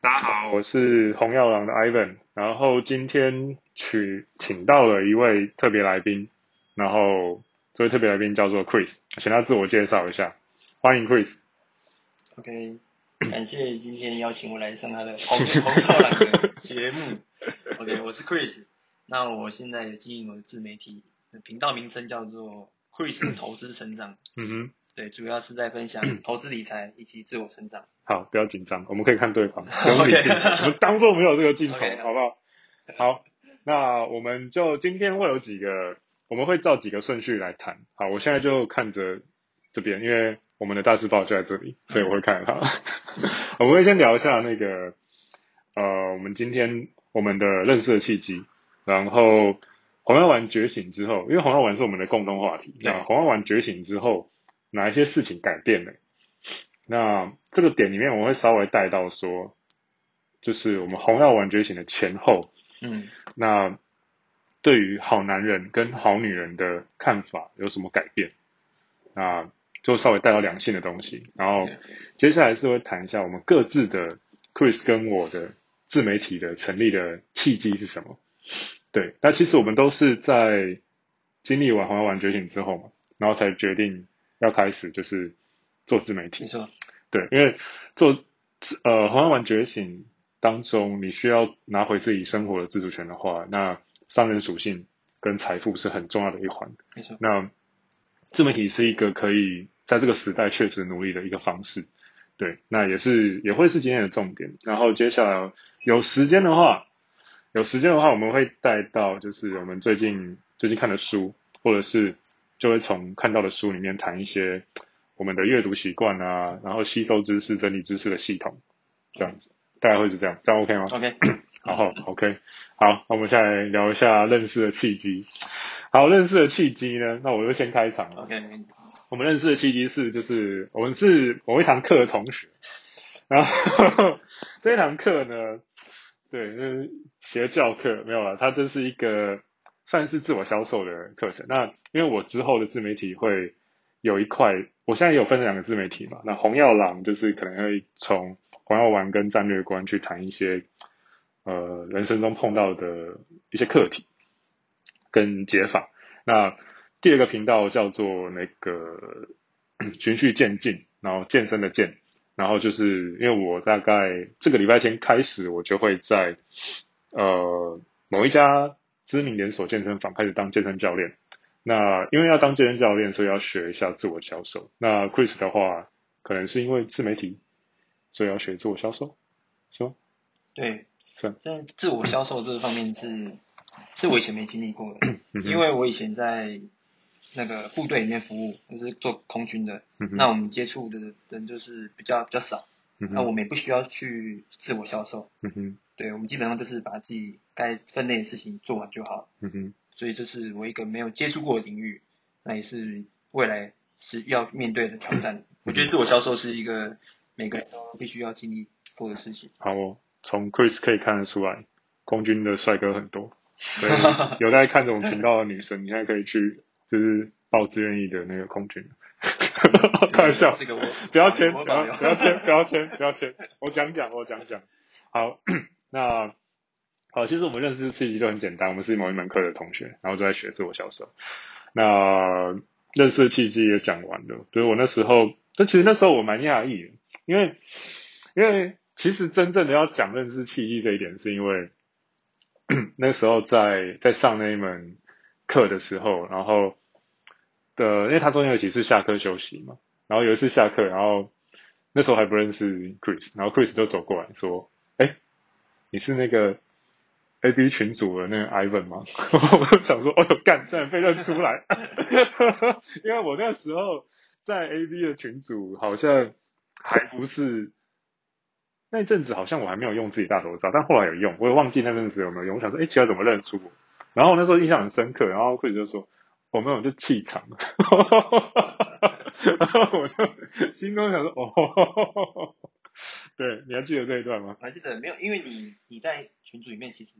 大家好，我是红药郎的 Ivan，然后今天请到了一位特别来宾，然后这位特别来宾叫做 Chris，请他自我介绍一下，欢迎 Chris。 OK，感谢今天邀请我来上他的红药郎的节目。OK，我是 Chris，那我现在有经营我的自媒体，频道名称叫做 Chris 投资成长。 嗯哼， 对，主要是在分享投资理财以及自我成长。 好，不要紧张，我们可以看对方，不用理 OK， 镜头，我们当做没有这个镜头， OK， 好不好？好，那我们就今天会有我们会照几个顺序来谈。好，我现在就看着这边，因为我们的大字报就在这里，所以我会看着它。我们会先聊一下我们今天我们的认识的契机，然后红药丸觉醒之后，因为红药丸是我们的共同话题，那红药丸觉醒之后，哪一些事情改变了？那这个点里面我会稍微带到说，就是我们红药丸觉醒的前后，那对于好男人跟好女人的看法有什么改变？那就稍微带到两性的东西，然后接下来是会谈一下我们各自的 Chris 跟我的自媒体的成立的契机是什么。对，那其实我们都是在经历完红药丸觉醒之后嘛，然后才决定要开始就是做自媒体。 没错。 对，因为做红药丸觉醒当中，你需要拿回自己生活的自主权的话，那商人属性跟财富是很重要的一环。 没错。 那自媒体是一个可以在这个时代确实努力的一个方式。对，那也会是今天的重点。然后接下来有时间的话，我们会带到就是我们最近看的书，或者是就会从看到的书里面谈一些我们的阅读习惯啊，然后吸收知识、整理知识的系统，这样子，大概会是这样，这样 OK 吗 ？OK， 好 OK，好，那我们现在来聊一下认识的契机。好，认识的契机呢，那我就先开场了。 OK， 我们认识的契机是，就是我们是某一堂课的同学，然后这一堂课呢，对，就是邪教课没有了，它这是一个算是自我销售的课程。那因为我之后的自媒体会有一块，我现在有分两个自媒体嘛，那红药郎就是可能会从红药丸跟战略观去谈一些人生中碰到的一些课题跟解法。那第二个频道叫做那个循序渐进，然后健身的健，然后就是因为我大概这个礼拜天开始，我就会在某一家知名连锁健身房开始当健身教练。那因为要当健身教练，所以要学一下自我销售。那 Chris 的话，可能是因为自媒体，所以要学自我销售，是吗？ 对， 是。 在自我销售这方面是我以前没经历过的， 嗯哼， 因为我以前在那个部队里面服务，就是做空军的， 嗯哼， 那我们接触的人就是比较少，那嗯哼， 我们也不需要去自我销售， 嗯哼， 对，我们基本上就是把自己该分内的事情做完就好， 嗯哼， 所以这是我一个没有接触过的领域，那也是未来是要面对的挑战。我觉得嗯哼。 自我销售是一个每个人都必须要经历过的事情。 好哦，从 Chris 可以看得出来，空军的帅哥很多，所以有在看这种频道的女生，你现在可以去就是报志愿役的那个空军。开玩笑， 这个我不要签， 我保留。 不要签，我讲讲。好，那好，其实我们认识契机就很简单，我们是某一门课的同学，然后就在学自我销售。那认识的契机也讲完了，所以我那时候，其实那时候我蛮讶异的，因为其实真正的要讲认识契机这一点，是因为那时候在上那一门课的时候，然后因为他中间有几次下课休息嘛，然后有一次下课，然后那时候还不认识 Chris，然后 Chris 就走过来说：“哎，你是那个 AB 群组的那个 Ivan 吗？”我就想说：“哦呦，干，竟然被认出来！”因为我那时候在 AB 的群组好像还不是。那一阵子好像我还没有用自己大头照，但后来有用，我也忘记那阵子有没有用。我想说，奇怪怎么认出我？然后我那时候印象很深刻，然后 Chris 就说：“我没有，就气场。”然后我就心中想说：“哦，对，你还记得这一段吗？” 我还记得没有，因为你在群组里面其实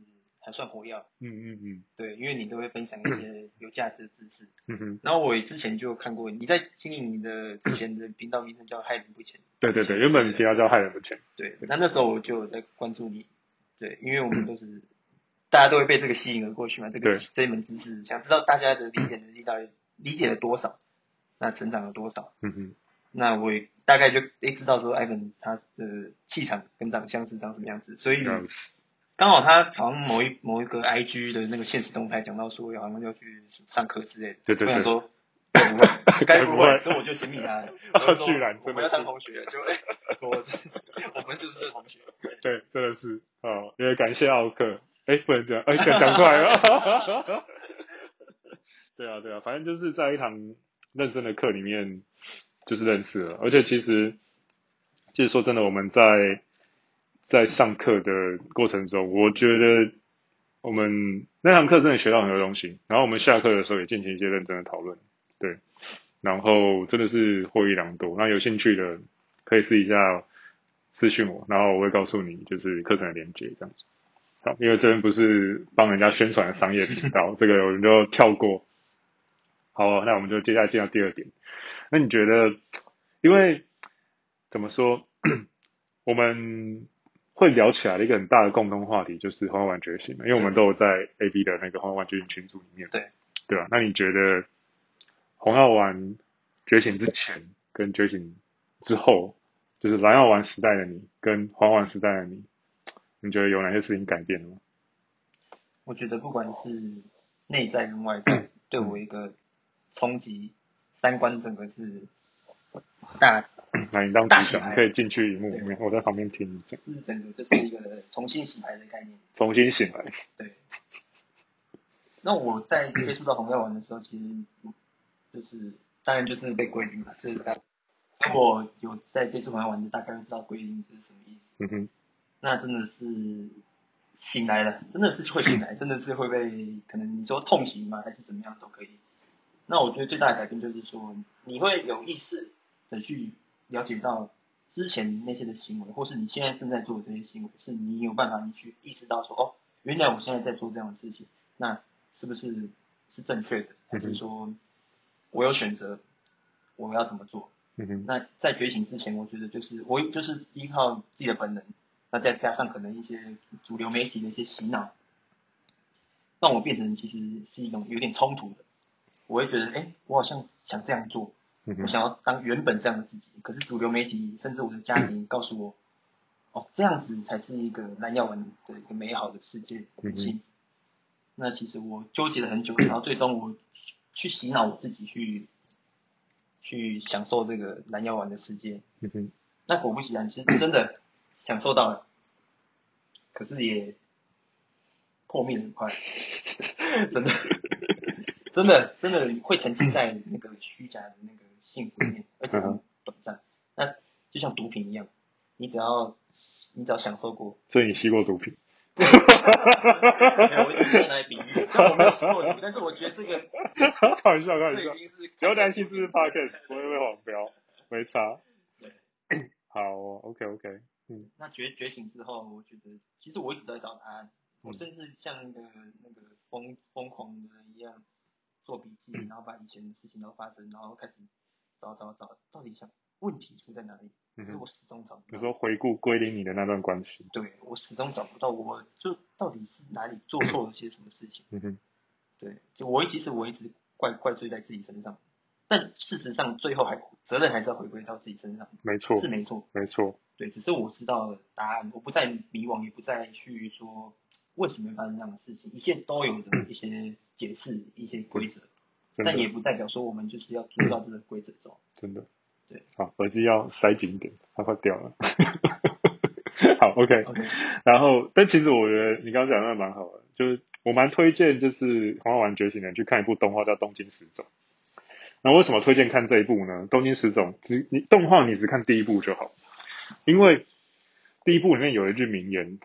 还算活跃。 嗯。 对，因为你都会分享一些有价值的知识。 然后我之前就看过你在经营你的之前的频道名称叫害人不浅。 对，原本频道叫害人不浅。 对，那时候我就有在关注你。对，因为我们都是大家都会被这个吸引而过去嘛，这一门知识，想知道大家的理解能力到底理解了多少，那成长了多少。那我也大概就知道说Ivan 他的气场跟长相是长什么样子，所以刚好他好像某一个 IG 的那个现实动态讲到说好像要去上课之类的。 对。 我想说该不会，所以我就先密他了。我说我们要当同学，就我们就是同学。 对，真的是也感谢奥克。不能这样，讲出来了。对啊，反正就是在一堂认真的课里面就是认识了，而且其实说真的，我们在上课的过程中，我觉得我们那堂课真的学到很多东西，然后我们下课的时候也进行一些认真的讨论。对，然后真的是获益良多。那有兴趣的可以试一下私讯我，然后我会告诉你就是课程的连接这样子。好，因为这边不是帮人家宣传的商业频道，这个我们就跳过。好，那我们就接下来进到第二点。那你觉得，因为怎么说，我们会聊起来的一个很大的共同话题就是红药丸觉醒嘛，因为我们都有在 AB 的那个红药丸觉醒群组里面。对吧？那你觉得红药丸觉醒之前跟觉醒之后，就是蓝药丸时代的你跟黄药丸时代的你，你觉得有哪些事情改变了吗？ 我觉得不管是内在跟外在，对我一个冲击，三观整个是大。 那你当主讲，你可以进去荧幕里面，我在旁边听你讲。 是整个就是一个重新洗牌的概念。 重新醒来。 对。那我在接触到红药丸的时候，其实就是当然就是被归零嘛，就是在。如果有在接触红药丸的，大概知道归零是什么意思。那真的是醒来了，真的是会醒来，真的是会被可能你说痛醒吗，还是怎么样都可以。那我觉得最大的改变就是说，你会有意识的去了解到之前那些的行为，或是你现在正在做的这些行为，是你有办法你去意识到说，哦，原来我现在在做这样的事情，那是不是正确的，还是说我有选择我要怎么做？那在觉醒之前，我觉得我就是依靠自己的本能，那再加上可能一些主流媒体的一些洗脑，让我变成其实是一种有点冲突的。我会觉得，我好像想这样做，我想要当原本这样的自己，可是主流媒体甚至我的家庭告诉我，哦，这样子才是一个蓝药丸的一个美好的世界，很幸福。那其实我纠结了很久，然后最终我去洗脑我自己去享受这个蓝药丸的世界。那果不其然，其实真的享受到了，可是也破灭得很快，真的。真的会沉浸在那个虚假的那个幸福里面，而且很短暂。那就像毒品一样，你只要享受过。 所以你吸过毒品？ 没有，我只是拿来比喻，就我没有吸过毒，但是我觉得这个开玩笑， 这已经是不要担心，这是 podcast， 不会被黄标，没差。好，OK， 那觉醒之后，我觉得其实我一直都在找答案，我甚至像那个疯狂的人一样做笔记，然后把以前的事情都发生，然后开始找，到底问题出在哪里？可是我始终找不到。 比如说回顾归零你的那段关系。 对，我始终找不到，我就到底是哪里做错了些什么事情？对，其实我一直怪罪在自己身上，但事实上最后责任还是要回归到自己身上。 没错， 是没错， 没错。 对，只是我知道了答案，我不再迷惘，也不再去说为什么会发生这样的事情，一切都有的一些解释，一些规则，但也不代表说我们就是要遵照这个规则走。 真的。 对。 好，耳机要塞紧一点，它快掉了。好 ，OK。然后，但其实我觉得你刚刚讲的蛮好的，就是我蛮推荐，就是黄药丸觉醒的人去看一部动画叫《东京食种》。那为什么推荐看这一部呢？《东京食种》动画你只看第一部就好，因为第一部里面有一句名言，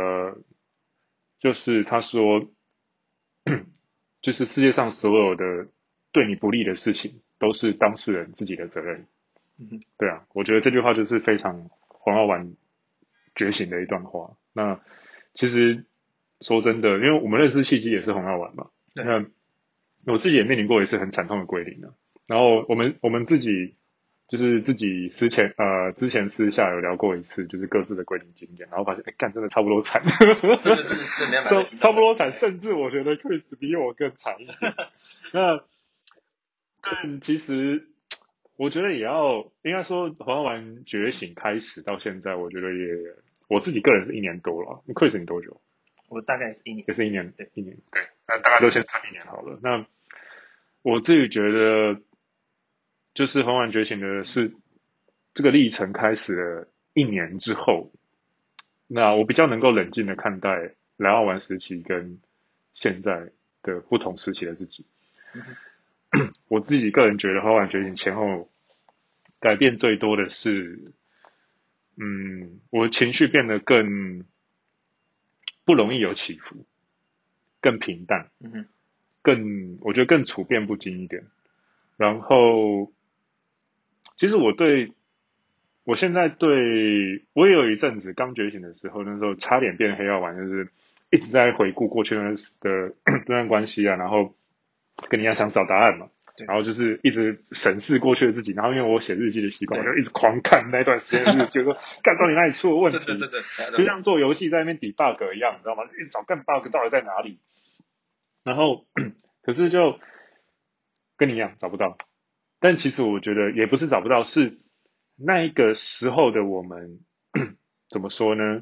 就是他说，就是世界上所有的对你不利的事情，都是当事人自己的责任。对啊，我觉得这句话就是非常黄药丸觉醒的一段话。那其实说真的，因为我们认识契机也是红药丸嘛， 对那我自己也面临过一次很惨痛的归零啊。然后我们自己就是自己之前私下有聊过一次，就是各自的归零经验，然后发现干真的差不多惨， 真的是没办法差不多惨，甚至我觉得 Chris 比我更惨一点。那但其实我觉得也要应该说红药丸觉醒开始到现在，我觉得我自己个人是1年多了。Chris 你多久？ 我大概是1年， 也是一年， 对， 一年，对，那大概都先算1年好了。那我自己觉得，就是红丸觉醒的是这个历程开始了1年之后，那我比较能够冷静的看待蓝澳丸时期跟现在的不同时期的自己。我自己个人觉得红丸觉醒前后改变最多的是，我情绪变得更不容易有起伏，更平淡，我觉得更处变不惊一点。然后，其实我现在我也有一阵子刚觉醒的时候，那时候差点变黑药丸，就是一直在回顾过去的那段关系啊，然后跟你一样想找答案嘛，然后就是一直审视过去的自己，然后因为我写日记的习惯，我就一直狂看那段时间的日记，说干到底哪里出了问题， 真的， 就像做游戏在那边 debug 一样，你知道吗？一直找干 bug 到底在哪里，然后可是就跟你一样找不到。但其实我觉得也不是找不到，是那一个时候的我们怎么说呢？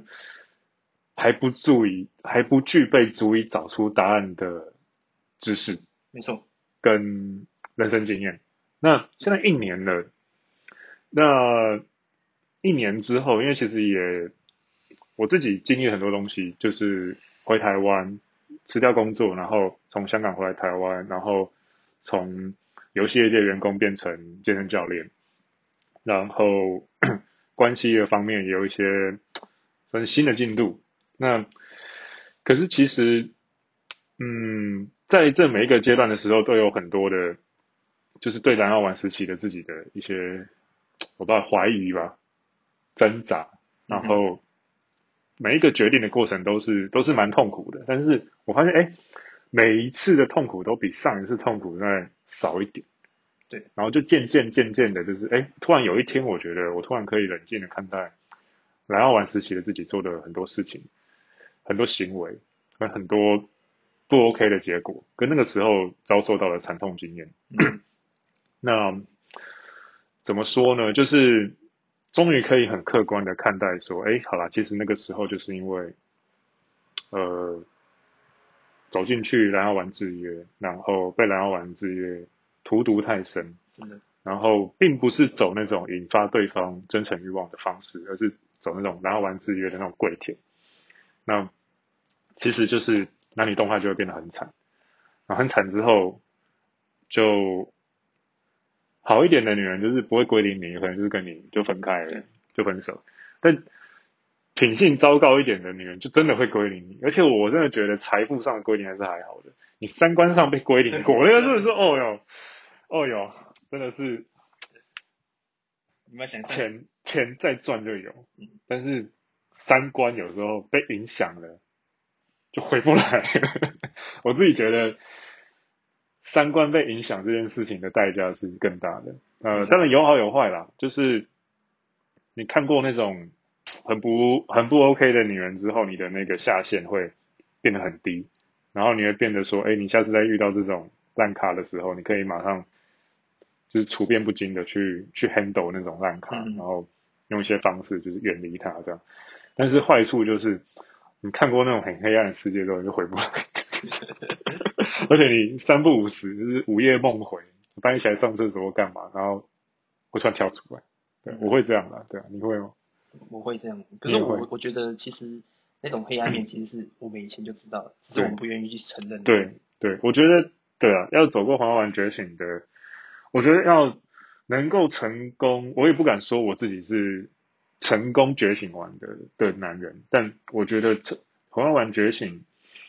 还不具备足以找出答案的知识， 没错， 跟人生经验。那现在1年了，那1年之后，因为其实我自己经历很多东西，就是回台湾辞掉工作，然后从香港回来台湾，然后从游戏业界员工变成健身教练，然后关系的方面也有一些算是新的进度。那可是其实，在这每一个阶段的时候，都有很多的，就是对蓝药丸时期的自己的一些，我不知道怀疑吧，挣扎，然后每一个决定的过程都是蛮痛苦的。但是我发现，每一次的痛苦都比上一次痛苦再少一点。 对， 然后就渐渐的，就是突然有一天，我觉得我突然可以冷静的看待蓝药丸时期的自己做的很多事情、很多行为和很多不 OK 的结果，跟那个时候遭受到的惨痛经验。那怎么说呢？就是终于可以很客观的看待说，好啦，其实那个时候就是因为呃走进去蓝药丸制约，然后被蓝药丸制约荼毒太深， 真的， 然后并不是走那种引发对方真诚欲望的方式，而是走那种蓝药丸制约的那种跪舔。那其实就是男女动态就会变得很惨，然后很惨之后，就好一点的女人就是不会归零你，可能就是跟你就分开了，就分手。但品性糟糕一点的女人就真的会归零你，而且我真的觉得财富上的归零还是还好的，你三观上被归零过，那个真的是哦哟，真的是你们想象， 钱再赚就有，但是三观有时候被影响了就回不来了。我自己觉得三观被影响这件事情的代价是更大的。当然有好有坏啦，就是你看过那种很不 OK 的女人之后，你的那个下限会变得很低，然后你会变得说，你下次再遇到这种烂咖的时候，你可以马上就是处变不惊的去 handle 那种烂咖，然后用一些方式就是远离他这样。但是坏处就是你看过那种很黑暗的世界之后，你就回不来，而且你三不五时就是午夜梦回，半夜起来上厕所干嘛，然后会突然跳出来。对，我会这样啦，对啊，你会吗？ 我会这样，可是我觉得其实那种黑暗面其实是我们以前就知道的，只是我们不愿意去承认。 对，我觉得对啊，要走过黄花丸觉醒的，我觉得要能够成功，我也不敢说我自己是成功觉醒完的男人，但我觉得黄花丸觉醒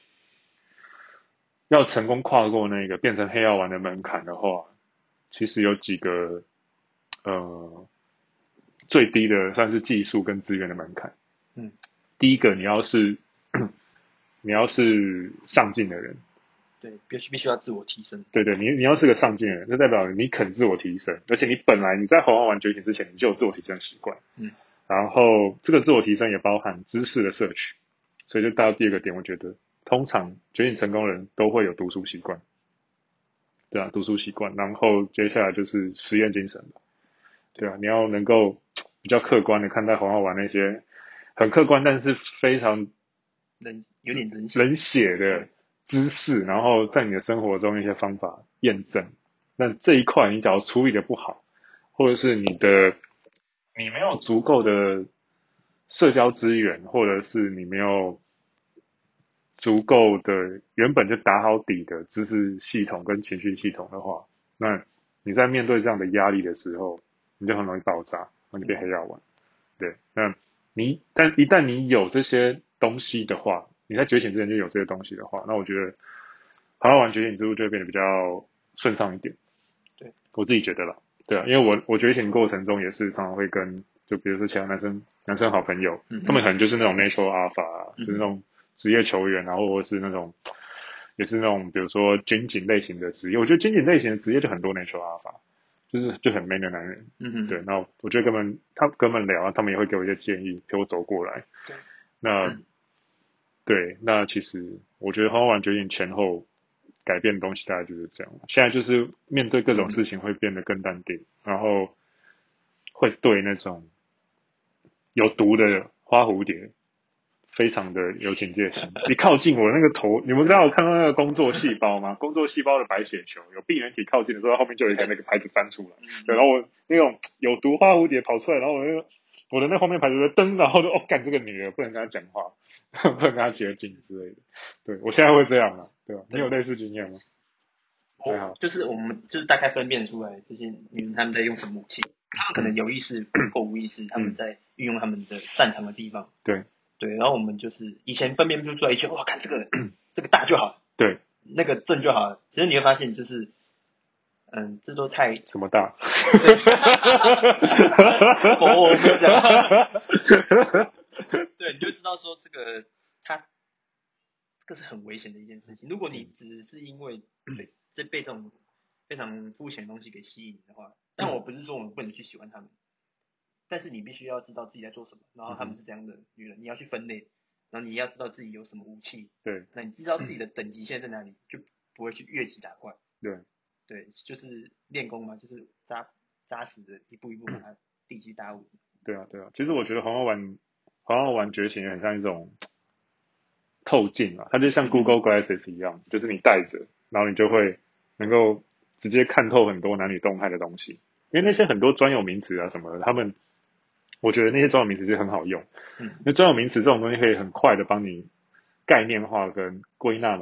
要成功跨过那个变成黑药丸的门槛的话，其实有几个呃最低的算是技术跟资源的门槛。第一个，你你要是上进的人， 对，必须要自我提升。 对对，你要是个上进的人，就代表你肯自我提升，而且你本来你在红药丸觉醒之前，你就有自我提升的习惯。然后这个自我提升也包含知识的摄取，所以就到第二个点，我觉得通常觉醒成功人都会有读书习惯，对啊，读书习惯，然后接下来就是实验精神，对啊，你要能够比较客观的看待红药丸那些很客观，但是非常有点冷血的知识，然后在你的生活中一些方法验证。那这一块你假如处理的不好，或者是你没有足够的社交资源，或者是你没有足够的原本就打好底的知识系统跟情绪系统的话，那你在面对这样的压力的时候，你就很容易爆炸，然后你变黑药丸。对，那但一旦你有这些东西的话，你在觉醒之前就有这些东西的话，那我觉得好好玩觉醒之路就会变得比较顺畅一点。 对， 我自己觉得啦，对啊，因为我觉醒过程中也是常常会跟就比如说其他男生好朋友，他们可能就是那种 natural alpha，就是那种职业球员，然后或者是那种也是那种比如说军警类型的职业，我觉得军警类型的职业就很多 natural alpha，就很 man 的男人，对，那我觉得跟他们聊，他们也会给我一些建议，陪我走过来。那其实我觉得好好玩觉醒前后改变的东西大概就是这样。现在就是面对各种事情会变得更淡定，然后会对那种有毒的花蝴蝶非常的有警戒心。一靠近我那个头，你们刚有看到那个工作细胞吗？工作细胞的白血球有病原体靠近的时候，后面就有一个那个牌子翻出来。对，然后我那种有毒花蝴蝶跑出来，然后我的那后面牌子就噔，然后就干这个女的不能跟她讲话，不能跟她绝经之类的。对我现在会这样了，对吧？你有类似经验吗？还好， 就是我们就是大概分辨出来这些女人她们在用什么武器，她们可能有意识或无意识，她们在运用她们的擅长的地方。 对对，然后我们就是以前分辨不出来一句，哇，看这个这个大就好， 对， 那个正就好。其实你会发现，就是这都太什么大？ 我不讲。对，你就知道说这个是很危险的一件事情。如果你只是因为被这种非常肤浅的东西给吸引的话，但我不是说我们不能去喜欢他们，但是你必须要知道自己在做什么，然后他们是这样的女人，你要去分类，然后你要知道自己有什么武器， 对， 那你知道自己的等级线在哪里，就不会去越级打怪。 对对，就是练功嘛，就是扎实的一步一步把它地基打稳。 对啊对啊，其实我觉得黄药丸觉醒也很像一种透镜啊，它就像 Google Glasses 一样，就是你戴着，然后你就会能够直接看透很多男女动态的东西。因为那些很多专有名词啊什么的，我觉得那些专有名词就很好用。因为专有名词这种东西可以很快的帮你概念化跟归纳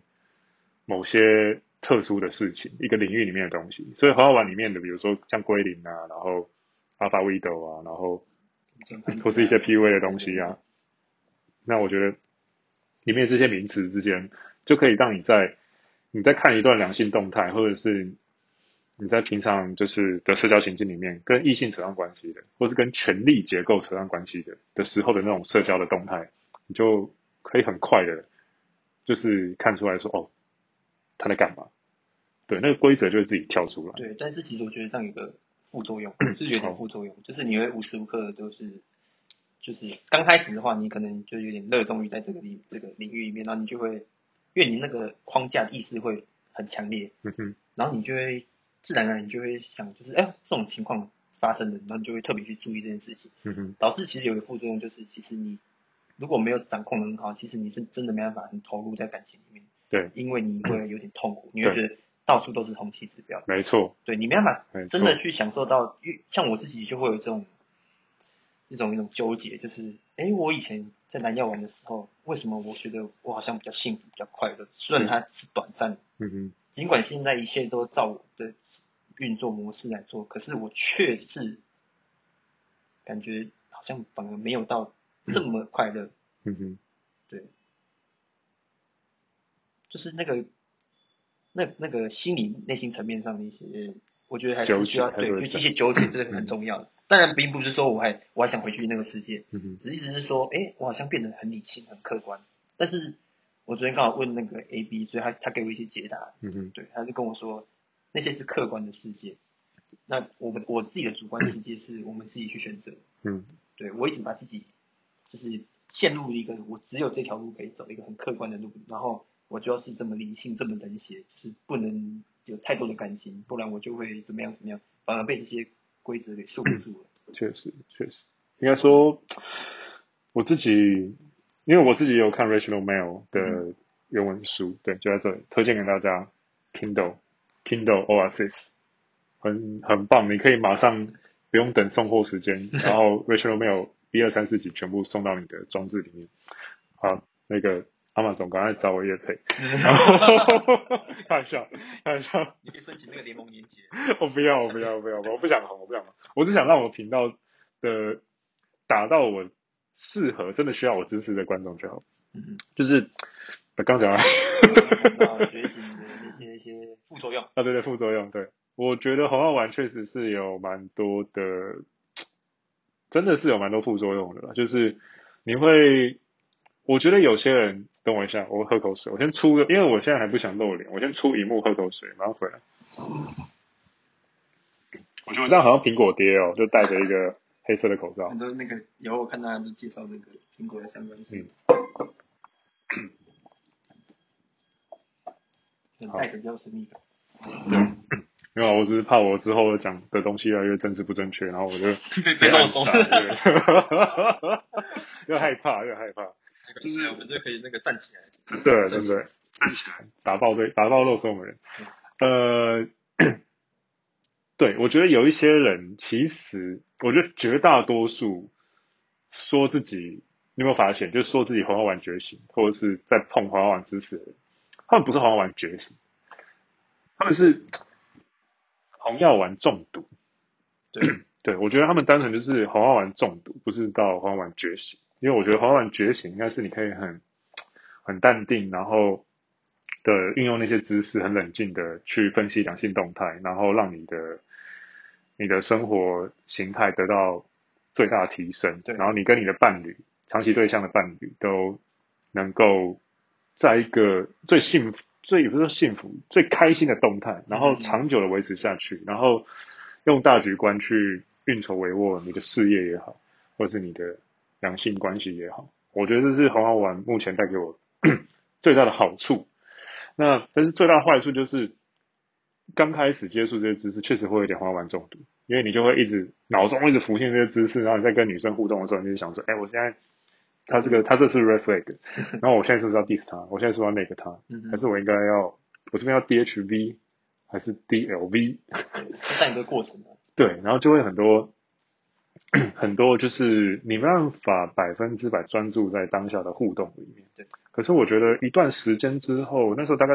某些特殊的事情，一个领域里面的东西。所以黄药丸里面的，比如说像归零啊，然后 Alpha Widow 啊，然后或是一些 PUA 的东西啊，那我觉得里面这些名词之间，就可以让你在看一段两性动态，或者是你在平常就是的社交情境里面跟异性扯上关系的，或是跟权力结构扯上关系的时候的那种社交的动态，你就可以很快的，就是看出来说哦，他在干嘛？对，那个规则就会自己跳出来。 对，但是其实我觉得这样有个副作用，是有点副作用，就是你会无时无刻都是，就是刚开始的话，你可能就有点热衷于在这个领域里面，然后你就会，因为你那个框架的意识会很强烈，然后你就会自然而然你就会想，就是这种情况发生的，然后你就会特别去注意这件事情，导致其实有个副作用就是，其实你如果没有掌控的很好，其实你是真的没办法很投入在感情里面， 对， 因为你会有点痛苦，你会觉得到处都是同期指标， 没错， 对你没办法真的去享受到，像我自己就会有一种纠结，就是我以前在南药丸的时候，为什么我觉得我好像比较幸福、比较快乐？虽然它是短暂的，尽管现在一切都照我的运作模式来做，可是我确实感觉好像反而没有到这么快乐。对，就是那个心理内心层面上的一些，我觉得还是需要有一些纠结，这是很重要的。当然，并不是说我还想回去那个世界，只是意思是说，我好像变得很理性、很客观。但是我昨天刚好问那个 AB，所以他给我一些解答。对，他就跟我说那些是客观的世界，那我自己的主观世界是我们自己去选择。对，我一直把自己就是陷入一个我只有这条路可以走，一个很客观的路，然后我就要是这么理性，这么冷血，就是不能有太多的感情，不然我就会怎么样怎么样，反而被这些规则给束缚住了。 确实，应该说我自己，因为我自己也有看 Rational Mail 的原文书，对，就在这里推荐给大家，Kindle Oasis，很棒，你可以马上不用等送货时间，然后 Rational Mail 1、2、3、4集全部送到你的装置里面。好，那个Amazon 刚才找我业配，开玩笑， 你可以申请那个联盟连结。 我不要，我不想红，我只想让我频道的打到我适合、真的需要我支持的观众就好。就是刚讲完， 觉醒的那些副作用啊，对，副作用，对，我觉得红药丸确实是有蛮多的，真的是有蛮多副作用的啦，就是你会。我觉得有些人，等我一下，我喝口水。我先出个，因为我现在还不想露脸，我先出荧幕喝口水，马上回来。我觉得我这样好像苹果爹哦，就戴着一个黑色的口罩。 很多那个以后我看大家都介绍那个苹果的相关性，带着比较神秘感。 对，没有，我只是怕我之后讲的东西越来越政治不正确，然后我就被漏收， 越害怕。 就是我们就可以那个站起来， 对，站起来，打爆漏收我们人。对，我觉得有一些人，其实我觉得绝大多数说自己，你有没有发现，就是说自己红药丸觉醒，或者是在碰红药丸知识的人，他们不是红药丸觉醒，他们是红药丸中毒。对，我觉得他们单纯就是红药丸中毒，不是到红药丸觉醒。因为我觉得红药丸觉醒应该是你可以很淡定，然后的运用那些知识，很冷静的去分析两性动态，然后让你的生活形态得到最大的提升，然后你跟你的伴侣、长期对象的伴侣都能够在一个最幸福、也不是说幸福、最开心的动态，然后长久的维持下去，然后用大局观去运筹帷幄你的事业也好，或者是你的两性关系也好，我觉得这是红药丸目前带给我最大的好处。那但是最大的坏处就是刚开始接触这些知识，确实会有点红药丸中毒，因为你就会一直脑中一直浮现这些知识，然后你在跟女生互动的时候，你就想说，哎，我现在他这是 red flag，然后我现在是不是要 diss 他？我现在是不是要 make 他？还是我应该要我这边要 DHV 还是 DLV？ 是在一个过程的。 对，然后就会很多就是你没办法100%专注在当下的互动里面。 对。 可是我觉得一段时间之后，那时候大概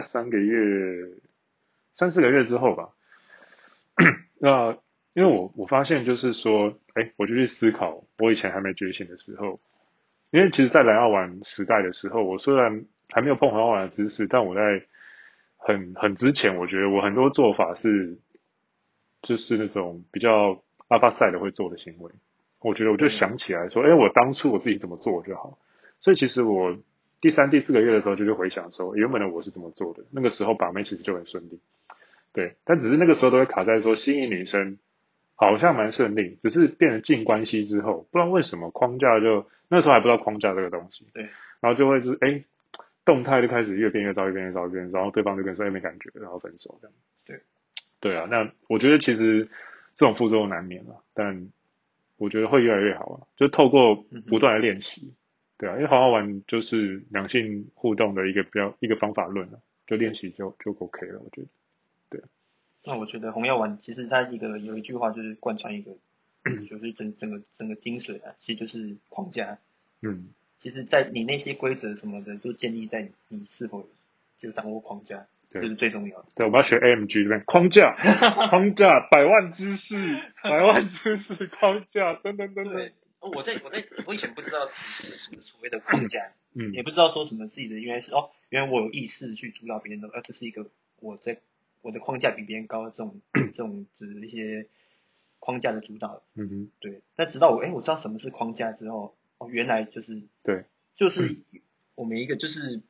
3、4个月之后吧，那因为我发现就是说，哎，我就去思考我以前还没觉醒的时候，因为其实，在蓝药丸时代的时候，我虽然还没有碰红药丸的知识，但我在很之前，我觉得我很多做法就是那种比较阿巴赛的会做的行为。我觉得我就想起来说，哎，我当初我自己怎么做就好。所以其实我第3、第4个月的时候就去回想说，原本的我是怎么做的。那个时候把妹其实就很顺利，对。但只是那个时候都会卡在说吸引女生好像蛮顺利，只是变成近关系之后，不知道为什么框架就那时候还不知道框架这个东西， 对。 然后就会就是哎，动态就开始越变越糟，然后对方就跟说哎没感觉，然后分手这样。对啊，那我觉得其实这种副作用难免了，但我觉得会越来越好啊，就透过不断的练习，对啊，因为好好玩就是两性互动的一个方法论了，就练习就 OK 了，我觉得，对啊。 那我觉得红药丸其实它有一句话就是贯穿一个，就是整个精髓啊，其实就是框架。其实，在你那些规则什么的，都建立在你是否就掌握框架，这是最重要的。 对，我们要学 AMG 这边框架，百万知识，框架，等等。 对，我以前不知道所谓的框架，也不知道说什么自己的，原来我有意识去主导别人的，这是一个我的框架比别人高的这种指一些框架的主导。对。但直到我知道什么是框架之后，原来就是对， 就是我们一个就是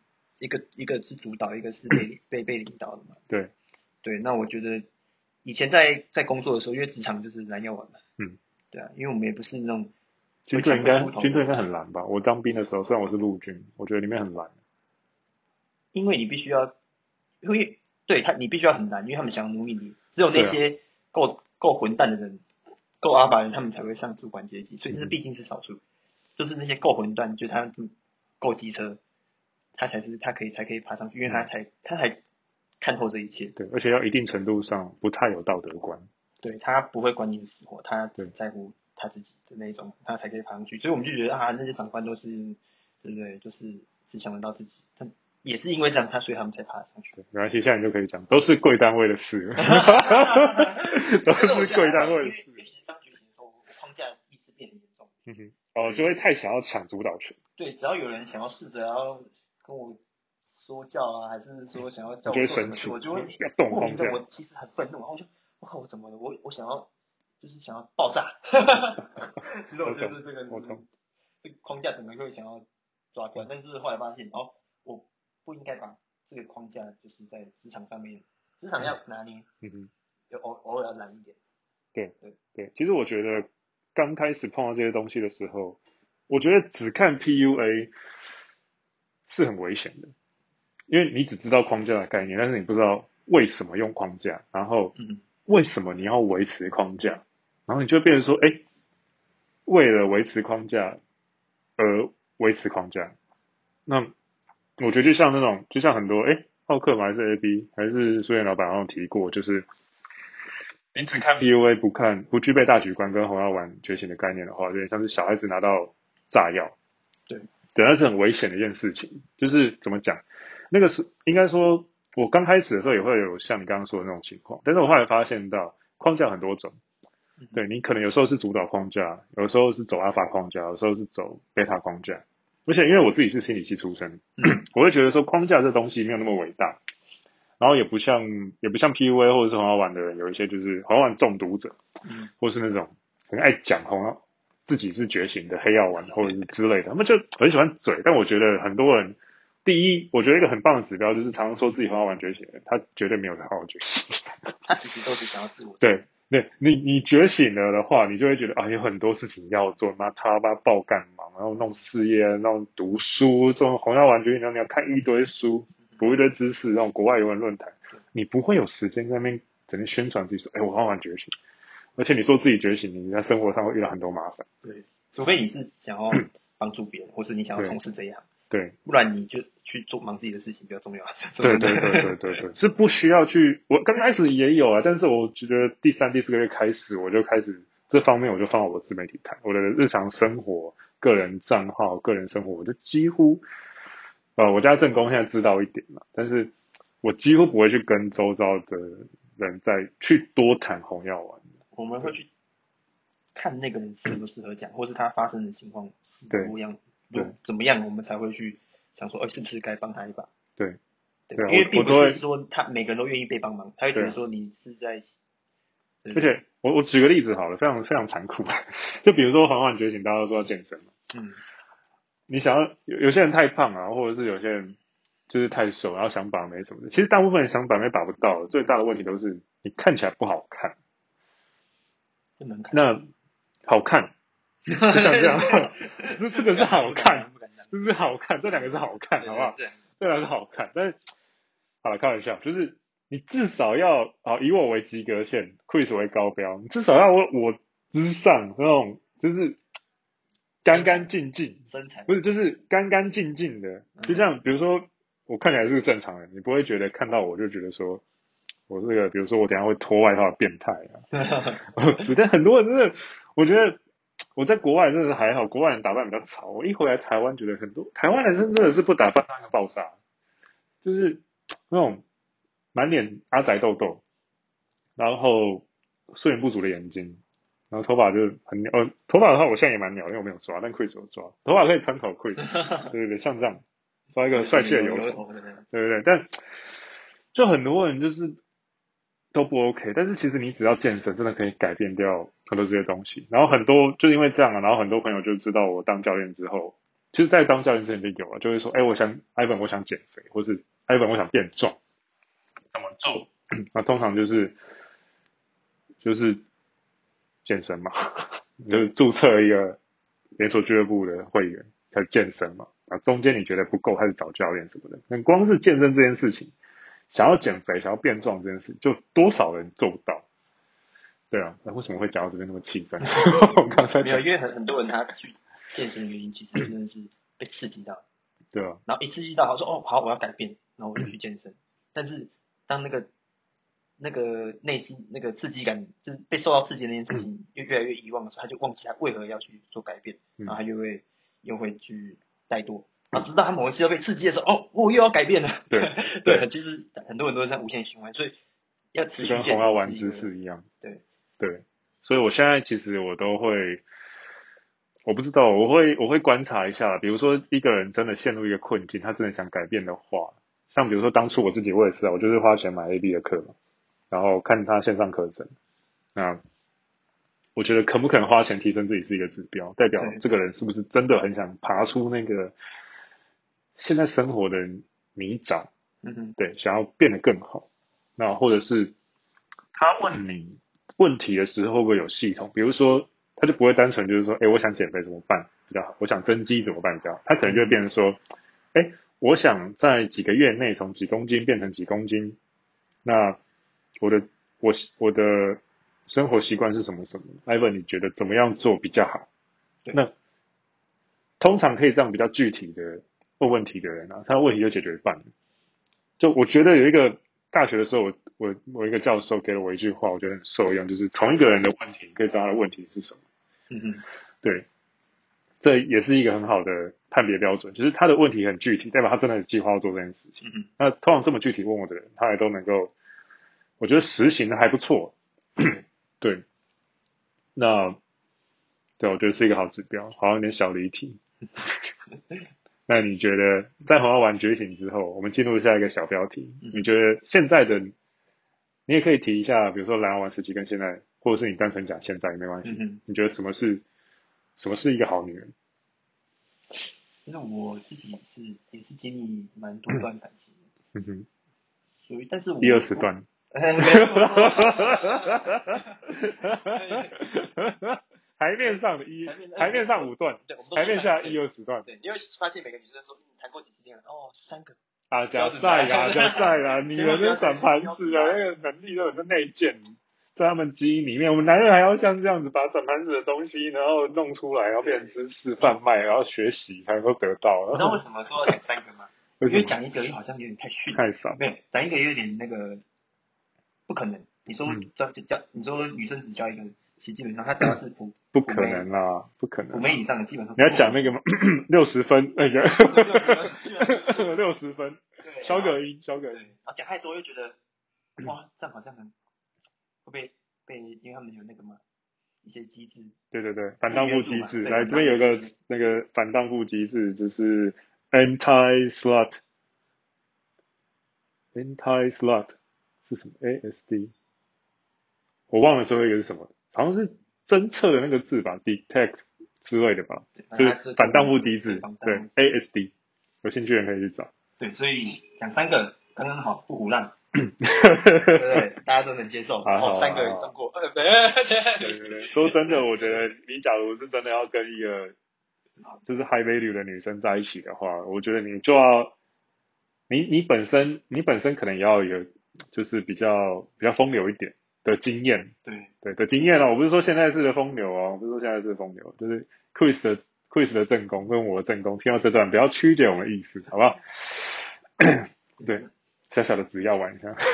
一个是主导，一个是被领导的嘛。 对对，那我觉得以前在工作的时候，因为职场就是蓝药丸嘛。对啊，因为我们也不是那种会抢得出头的。 军队应该很蓝吧？我当兵的时候，虽然我是陆军，我觉得里面很蓝。 因为你必须要，因为你必须要很蓝，因为他们想要奴役你，只有那些够混蛋的人，够阿爸人，他们才会上主管阶级，所以这毕竟是少数。就是那些够混蛋，就他够机车，他才可以爬上去，因为他才看透这一切。 对，而且要一定程度上不太有道德观。 对，他不会管你的死活，他对在乎他自己的那一种，他才可以爬上去。所以我们就觉得啊，那些长官都是，对不对？就是只想得到自己。但也是因为这样，所以他们才爬上去。 对，没关系，现在你就可以讲，都是贵单位的事，都是贵单位的事。 因为其实当觉醒的时候，我框架意识变得严重。 就会太想要抢主导权。 对，只要有人想要试着要跟我说教啊，还是说想要叫我就会我做什么事， 生气， 我就会要动莫名的， 框架。 我其实很愤怒，然后我靠，我怎么了？我想要就是想要爆炸。其实我觉得这个框架怎么会想要抓掉？但是后来发现，我不应该把这个框架就是在职场上面，职场要拿捏，就偶尔要懒一点。 对，其实我觉得刚开始碰到这些东西的时候，我觉得只看 PUA 是很危险的，因为你只知道框架的概念，但是你不知道为什么用框架，然后为什么你要维持框架，然后你就变成说，为了维持框架而维持框架。那我觉得就像很多浩克嘛还是 AB 还是书店老板好像提过，就是你只看 PUA 不具备大局观跟红药丸觉醒的概念的话，有点像是小孩子拿到炸药。 对， 那是很危险的一件事情。就是怎么讲，那个是应该说，我刚开始的时候也会有像你刚刚说的那种情况，但是我后来发现到框架很多种。对，你可能有时候是主导框架，有时候是走阿法框架，有时候是走贝塔框架。而且因为我自己是心理系出身，我会觉得说框架这东西没有那么伟大，然后也不像 PUA 或者是红药丸的人，有一些就是红药丸中毒者，或是那种很爱讲自己是觉醒的黑药丸或者是之类的，他们就很喜欢嘴。但我觉得很多人，第一，我觉得一个很棒的指标就是常常说自己红药丸觉醒的人，他绝对没有好好觉醒。 他其实都只想要自我。 对，你觉醒了的话，你就会觉得有很多事情要做，他爆干忙，然后弄事业，弄读书，这种红药丸觉醒，然后你要看一堆书，补一堆知识，那种国外游文论坛，你不会有时间在那边整天宣传自己说，我红药丸觉醒。而且你说自己觉醒，你在生活上会遇到很多麻烦。 对，除非你是想要帮助别人，或是你想要从事这一行。 对， 不然你就去忙自己的事情比较重要。 对，是不需要去。我刚开始也有啊，但是我觉得第3、第4个月开始，我就开始这方面我就放到我自媒体谈，我的日常生活、个人账号、个人生活，我就几乎我家正宫现在知道一点嘛，但是我几乎不会去跟周遭的人再去多谈红药丸。 我们会去看那个人适不适合讲，或是他发生的情况是怎么样，我们才会去想说，是不是该帮他一把？ 对， 因为并不是说他每个人都愿意被帮忙，他会觉得说你是在。 而且我举个例子好了，非常非常残酷。就比如说红药丸觉醒，大家都说要健身嘛，你想要有些人太胖啊，或者是有些人就是太瘦，然后想把妹什么的。其实大部分人想把妹把不到，最大的问题都是你看起来不好看。那好看，就像这样，这个是好看，就是好看，这两个是好看，好不好？这两个是好看，但是好了，开玩笑，就是你至少要以我为及格线 ，Chris 为高标，你至少要我之上那种，就是干干净净， 身材不是就是干干净净的，就像比如说我看起来是个正常人，你不会觉得看到我就觉得说我这个，比如说我等一下会脱外套的变态啊，但很多人真的，我觉得我在国外真的是还好，国外人打扮比较潮，我一回来台湾觉得很多台湾男生真的是不打扮当一个爆炸，就是那种满脸阿宅痘痘，然后睡眠不足的眼睛。然后头发就很鸟，头发的话我现在也蛮鸟，因为我没有抓，但 Chris 有抓，头发可以参考 Chris，对，像这样抓一个帅气的油头，对，但就很多人就是都不 OK，但是其实你只要健身，真的可以改变掉很多这些东西。然后很多就是因为这样啊，然后很多朋友就知道我当教练之后， 其实，在当教练之前就有了，就会说，Ivan 我想减肥，或是 Ivan 我想变壮，怎么做？那通常就是健身嘛，就是注册一个连锁俱乐部的会员，开始健身嘛。啊，中间你觉得不够，开始找教练什么的。那光是健身这件事情，想要减肥、想要变壮这件事，就多少人做不到？对啊，那为什么会讲到这边那么气愤？我刚才没有， 讲， 因为很多人他去健身的原因，其实真的是被刺激到， 对啊， 然后一刺激到，他说哦好，我要改变，然后我就去健身。但是当那个内心那个刺激感，就是被受到刺激的那件事情越来越遗忘的时候，他就忘记他为何要去做改变，然后他又会去怠惰。然后直到他某一次要被刺激的时候，哦，我又要改变了。 对对，其实很多人都是这样无限循环，所以要持就跟续健红药丸知身是一个识一样。 对。 对，所以我现在其实我都会，我不知道，我会观察一下，比如说一个人真的陷入一个困境，他真的想改变的话，像比如说当初我自己我也是啊，我就是花钱买 AB 的课嘛，然后看他线上课程，那我觉得肯不肯花钱提升自己是一个指标，代表对， 这个人是不是真的很想爬出那个现在生活的泥沼， 嗯哼， 对，想要变得更好。那或者是他问你问题的时候会不会有系统？比如说，他就不会单纯就是说，哎，我想减肥怎么办比较好？我想增肌怎么办比较好？他可能就会变成说，哎，我想在几个月内从几公斤变成几公斤，那我的我的生活习惯是什么什么？Ivan，你觉得怎么样做比较好？ 对， 那通常可以这样比较具体的问问题的人啊，他的问题就解决一半了。就我觉得有一个大学的时候，我一个教授给了我一句话，我觉得很受用，就是从一个人的问题，你可以知道他的问题是什么。 嗯哼， 对，这也是一个很好的判别标准，就是他的问题很具体，代表他真的有计划要做这件事情。 嗯哼， 那通常这么具体问我的人，他也都能够，我觉得实行的还不错。 对， 对，那对我觉得是一个好指标，好像有点小离题。那你觉得在红药丸觉醒之后，我们进入下一个小标题， 嗯哼， 你觉得现在的你也可以提一下，比如说蓝药丸时期跟现在，或者是你单纯讲现在也没关系。 嗯哼。 你觉得什么是一个好女人？ 因为我自己也是经历蛮多段感情的， 嗯哼， 所以但是一二我我十段， 没有台面上的台面上5段， 对，我们都台面下说三个，对 1、20段对，你会发现每个女生说你谈过几次恋爱？哦，3个， 啊，假标准答赛啦，假赛案， 啦，女千万人是转不要相信盘子的标准答案。 那个能力都有在内建，在他们基因里面。我们男人还要像这样子把转盘子的东西，然后弄出来，然后变成知识贩卖，然后学习才能够得到。 你知道为什么说要讲3个吗？ 为什么？ 因为讲一个又好像有点太逊， 太少。 对，讲一个有点那个不可能。你说嗯， 你说女生只教一个，其实基本上她只要是普不可能啦，不可能啦。 妹以上的，基本上你要都很讲那个吗60分那个对60分，基本上都 60分， 对，然后小葛音，小葛对， 音。 然后讲太多又觉得哇，这样好像会因为他们有那个嘛一些机制对对对，反荡制约住嘛， 妇机制。 对， 来， 很这边有个当机制， 那个反荡妇机制，就是 anti slut，anti slut 是什么？ASD，我忘了最后一个是什么，好像是侦测的那个字吧，detect 之类的吧， 对，反正就是他就反荡妇反对机制，对反当 ，ASD，有兴趣的人可以去找。 对，所以讲3个刚刚好，不胡乱，对不对？大家都能接受。 好哦， 好 3个好， 用过，对对对对，说真的，我觉得对你假如是真的要跟一个就是 high value 的女生在一起的话，我觉得你就要你本身可能也要有就是比较风流一点的经验， 对， 对的经验哦，我不是说现在式的风流哦，我不是说现在式的风流，就是 Chris 的正宫跟我的正宫，听到这段不要曲解我们的意思，好不好？对，小小的只要玩一下，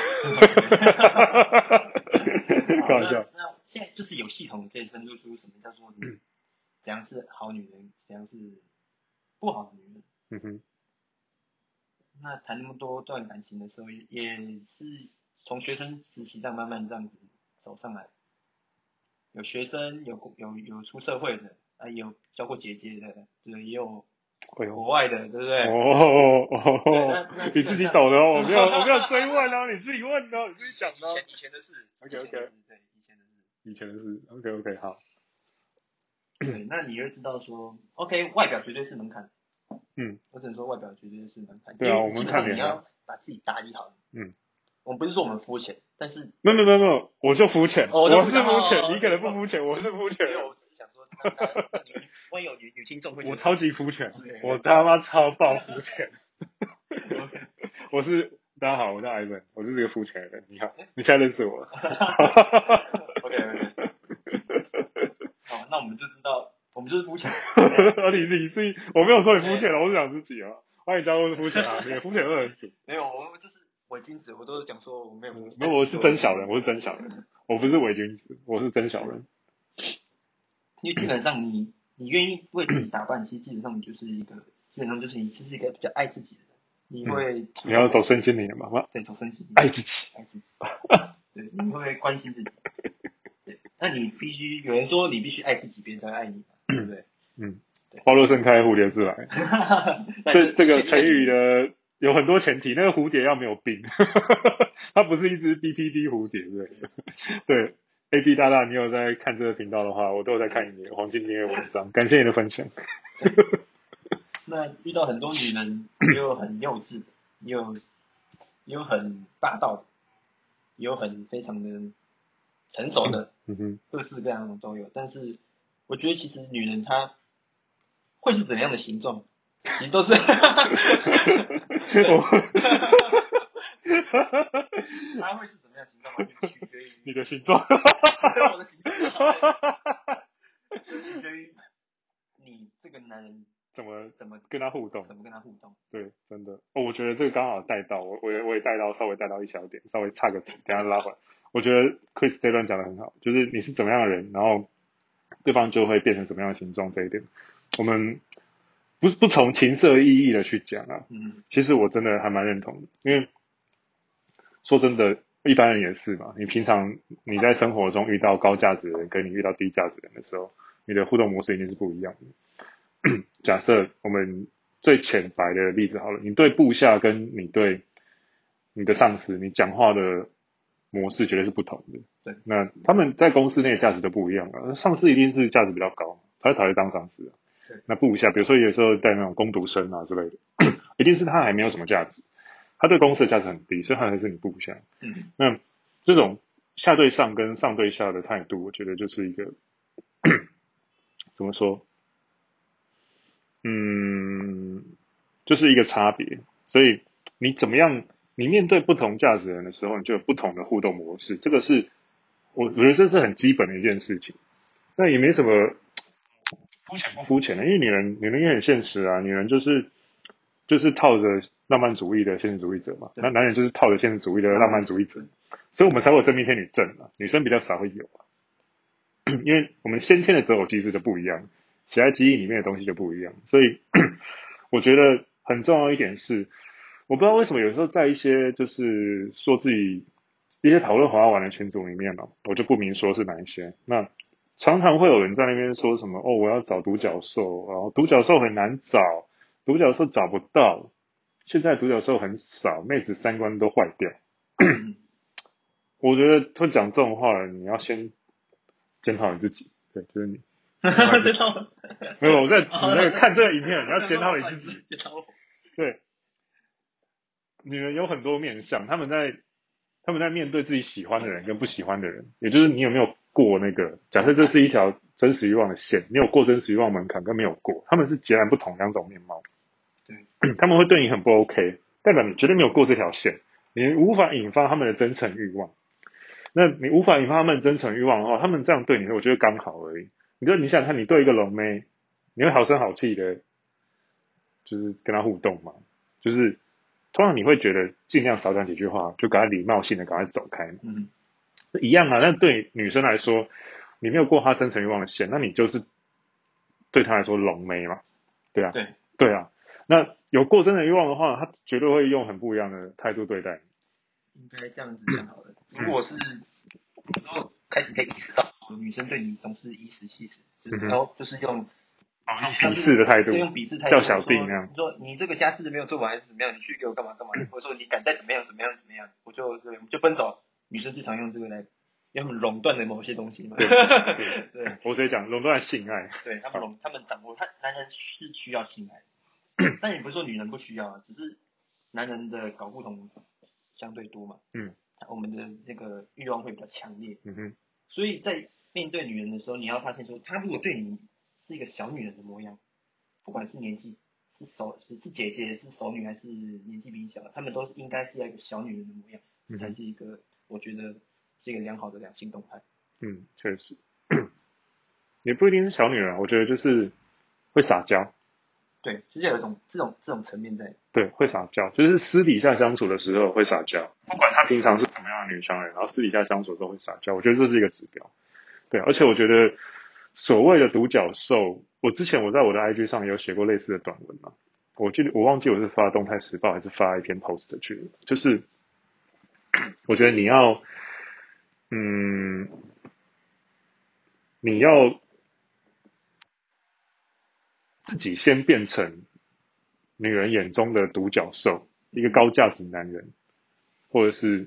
开好， 玩笑， 那现在就是有系统可以分出什么叫做怎样是好女人，怎样是不好的女人。 嗯哼， 那谈那么多段感情的时候，也是从学生时期这样慢慢这样子走上来。有学生，有出社会的，啊，也有教过姐姐的，对，也有哎呦。 国外的，对不对？对， 哦， 那基你自本上己抖的哦，我没有追问哦，你自己问的哦，你自己想的哦。 以前的事，以 OK 前的 OK， 事，对，以前的事。 以前的事，OK OK，好， 对，那你会知道说，OK，外表绝对是门槛， 我只能说外表绝对是蛮看， 对啊， 因我们为基本上你看脸啊， 要把自己打理好。我们不是说我们肤浅，但是没有，我就肤浅， 我我是肤是肤浅，你可能不肤浅，我是肤浅因为我只是想说，那万一有女听众会觉得我超级肤浅， OK， 我他妈超爆肤浅。 OK 大家好，我叫 Ivan， 我是这个肤浅的人。你好，你现在认识我了。 OK，好，那我们就知道，我们就是肤浅。 我没有说你肤浅了，我是讲自己啊。欢迎加入肤浅啊，你的肤浅二人组。 没有，我就是伪君子，我都是讲说我没有。 没有，我是真小人，我不是伪君子，我是真小人。 因为基本上你愿意为自己打扮，其实基本上你就是一个比较爱自己的人。你会你要走身心灵的嘛？ 对，走身心灵， 爱自己。 对，你会关心自己。对，那你必须有人说你必须爱自己，别人才会爱你嘛，对不对？ 花若盛开，蝴蝶自来。这个成语的有很多前提，那个蝴蝶要没有病，它不是一只 BPD 蝴蝶，对。AB 大大，你有在看这个频道的话，我都有在看你的黄金订阅文章，感谢你的分享。 那遇到很多女人，也有很幼稚的，也有很霸道的，也有很非常的成熟的，各式各样的都有。但是我觉得其实女人她会是怎样的形状，其实都是她会是怎么样的形状，完全取决于你的形状， 我的形状，就取决于你这个男人怎么跟他互动，对，真的我觉得这个刚好带到我也带到稍微带到一小点，稍微差个题，等一下拉回来。我觉得 Chris 这段讲的很好，就是你是怎么样的人，然后对方就会变成什么样的形状，这一点我们不从情色意义的去讲啊。其实我真的还蛮认同的，因为说真的，一般人也是嘛。你平常你在生活中遇到高价值的人，跟你遇到低价值的人的时候，你的互动模式一定是不一样的。假设我们最浅白的例子好了，你对部下跟你对你的上司，你讲话的模式绝对是不同的。 对， 那他们在公司内的价值都不一样啊。上司一定是价值比较高，他才会当上司啊。那部下，比如说有时候带那种工读生啊之类的，一定是他还没有什么价值，他对公司的价值很低，所以他还是你部下。那这种下对上跟上对下的态度，我觉得就是一个怎么说？就是一个差别。所以你怎么样？你面对不同价值人的时候，你就有不同的互动模式。这个是我觉得这是很基本的一件事情。那也没什么肤浅的，因为女人也很现实啊。女人就是套着浪漫主义的现实主义者嘛，那男人就是套着现实主义的浪漫主义者，所以我们才会有真命天女症啊。女生比较少会有啊，因为我们先天的择偶机制就不一样，写在基因里面的东西就不一样，所以我觉得很重要一点是，我不知道为什么有时候在一些就是说自己一些讨论滑玩的群组里面呢，我就不明说是哪一些，那常常会有人在那边说什么哦，我要找独角兽，然后独角兽很难找，独角兽找不到，现在独角兽很少，妹子三观都坏掉。我觉得会讲这种话的人，你要先检讨你自己，对，就是你。 检讨没有，我在指那个看这个影片，你要检讨你自己。对，女人有很多面相，他们在面对自己喜欢的人跟不喜欢的人，也就是你有没有过那个，假设这是一条真实欲望的线，你有过真实欲望门槛跟没有过，他们是截然不同两种面貌。对，他们会对你很不 OK， 代表你绝对没有过这条线，你无法引发他们的真诚欲望。那你无法引发他们的真诚欲望的话，他们这样对你，我觉得刚好而已。你想想看，你对一个龙妹，你会好声好气的，就是跟他互动嘛？就是通常你会觉得尽量少讲几句话，就赶快礼貌性的赶快走开嘛。一样啊。那对女生来说，你没有过她真诚欲望的线，那你就是对她来说龙妹嘛。对啊，对啊。那有过真诚欲望的话，她绝对会用很不一样的态度对待你。应该这样子讲好了。如果开始可以意识到女生对你总是颐指气使，就是用鄙视的态度， 用鄙视态度， 叫小弟那样。 你说你这个家事没有做完还是怎么样？你去给我干嘛干嘛？或者说你敢再怎么样，我就分手。女生最常用这个来用垄断的某些东西嘛。 对，我直接讲垄断性爱。 对他们掌握，男人是需要性爱。 但也不是说女人不需要啊，只是男人的睾固酮相对多嘛，我们的那个欲望会比较强烈，所以在面对女人的时候，你要发现说，她如果对你是一个小女人的模样，不管是年纪是姐姐是熟女还是年纪比你小，她们都应该是要一个小女人的模样，才是一个我觉得是一个良好的两性动态。 确实，也不一定是小女人，我觉得就是会撒娇。 对，就是有一种这种层面在。 对，会撒娇，就是私底下相处的时候会撒娇，不管她平常是怎么样的女强人，然后私底下相处的时候会撒娇，我觉得这是一个指标。对，而且我觉得所谓的独角兽，之前在我的 IG 上有写过类似的短文嘛，我忘记我是发动态时报还是发一篇 post 去了，就是我觉得你要自己先变成女人眼中的独角兽，一个高价值男人，或者是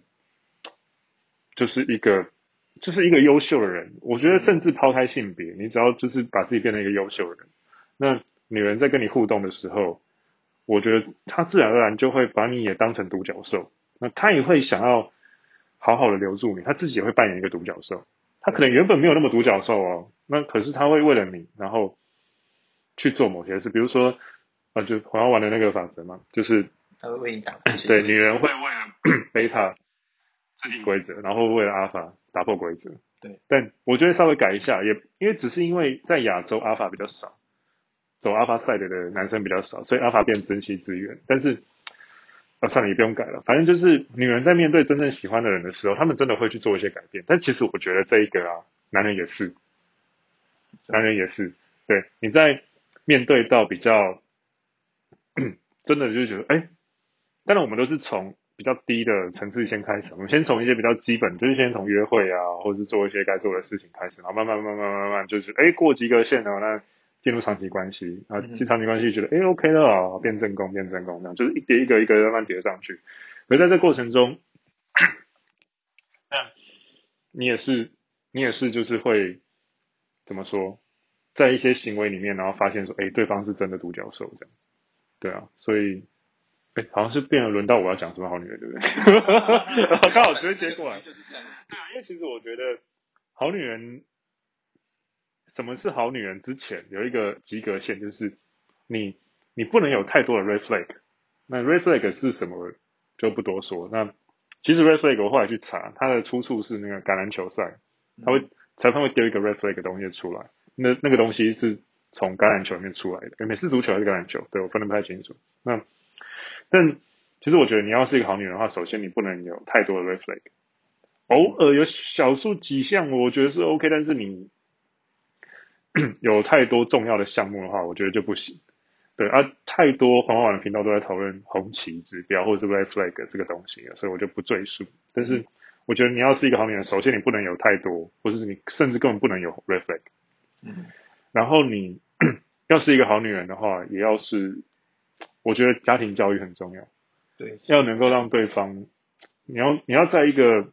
就是一个优秀的人。我觉得甚至抛开性别，你只要就是把自己变成一个优秀的人，那女人在跟你互动的时候，我觉得她自然而然就会把你也当成独角兽，那她也会想要好好的留住你，她自己也会扮演一个独角兽。她可能原本没有那么独角兽哦，那可是她会为了你，然后去做某些事，比如说就好像玩的那个法则嘛，就是他会为你打破对，女人会为了贝塔制定规则，然后为了阿法打破规则。 对， 但我觉得稍微改一下，也因为只是因为在亚洲阿法比较少，走阿法赛的男生比较少，所以阿法变珍惜资源。但是算了，也不用改了，反正就是女人在面对真正喜欢的人的时候，他们真的会去做一些改变。但其实我觉得这一个男人也是，男人也是，对，你在面对到比较真的就觉得，当然我们都是从比较低的层次先开始，我们先从一些比较基本，就是先从约会啊，或者是做一些该做的事情开始，然后慢慢，就是过及格线了，那进入长期关系，啊，进长期关系觉得OK 了啊，变正宫，这样就是一个一个慢慢叠上去。可是在这过程中，你也是就是会怎么说，在一些行为里面，然后发现说，对方是真的独角兽这样子，对啊，所以。好像是变了，轮到我要讲什么好女人，对不对？刚好直接接过来。对啊，因为其实我觉得好女人，什么是好女人之前有一个及格线，就是你不能有太多的 red flag。那 red flag 是什么就不多说。那其实 red flag 我后来去查，它的出处是那个橄榄球赛，裁判会丢一个 red flag 的东西出来，那个东西是从橄榄球里面出来的，美式足球还是橄榄球？对，我分得不太清楚。但其实我觉得你要是一个好女人的话，首先你不能有太多的 red flag，偶尔有少数几项我觉得是 OK，但是你有太多重要的项目的话，我觉得就不行。对太多黄网的频道都在讨论红旗指标或者是 red flag 这个东西了，所以我就不赘述。但是我觉得你要是一个好女人，首先你不能有太多，或是你甚至根本不能有 red flag。然后你要是一个好女人的话，也要是我觉得家庭教育很重要， 对， 要能够让对方，你要在一个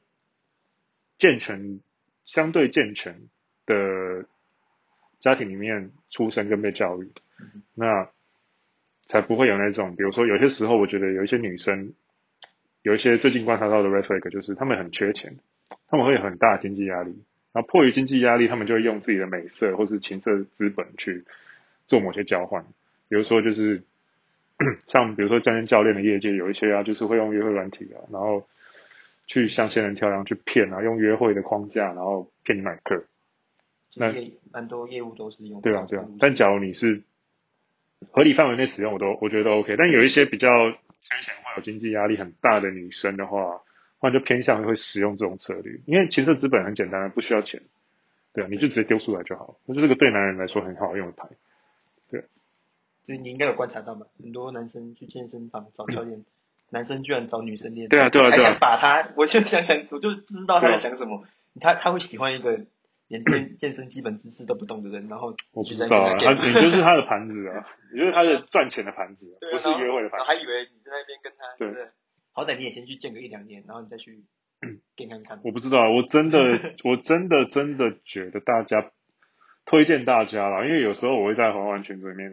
相对健全的家庭里面出生跟被教育，那才不会有那种，比如说有些时候，我觉得有一些女生，有一些最近观察到的 red flag，就是她们很缺钱，她们会有很大的经济压力，然后迫于经济压力，她们就会用自己的美色或是情色资本去做某些交换，比如说就是像比如说健身教练的业界有一些就是会用约会软体然后去向仙人跳一样去骗用约会的框架，然后骗你买课。那蛮多业务都是用对啊，但假如你是合理范围内使用，我觉得都 OK。但有一些比较缺钱或有经济压力很大的女生的话，那就偏向会使用这种策略，因为情色资本很简单，不需要钱，对啊，你就直接丢出来就好，那这个对男人来说很好用的牌，对。 所以你应该有观察到嘛，很多男生去健身房找教练，男生居然找女生练， 对啊， 还想把他，我就想，我就不知道他在想什么，他会喜欢一个连健身基本知识都不懂的人，然后我不知道你就是他的盘子你就是他的赚钱的盘子，不是约会的盘子。 还以为你在那边跟他，对不对？好歹你也先去健个1-2年，然后你再去练看看。 我不知道，我真的觉得推荐大家啦，因为有时候我会在环环群组里面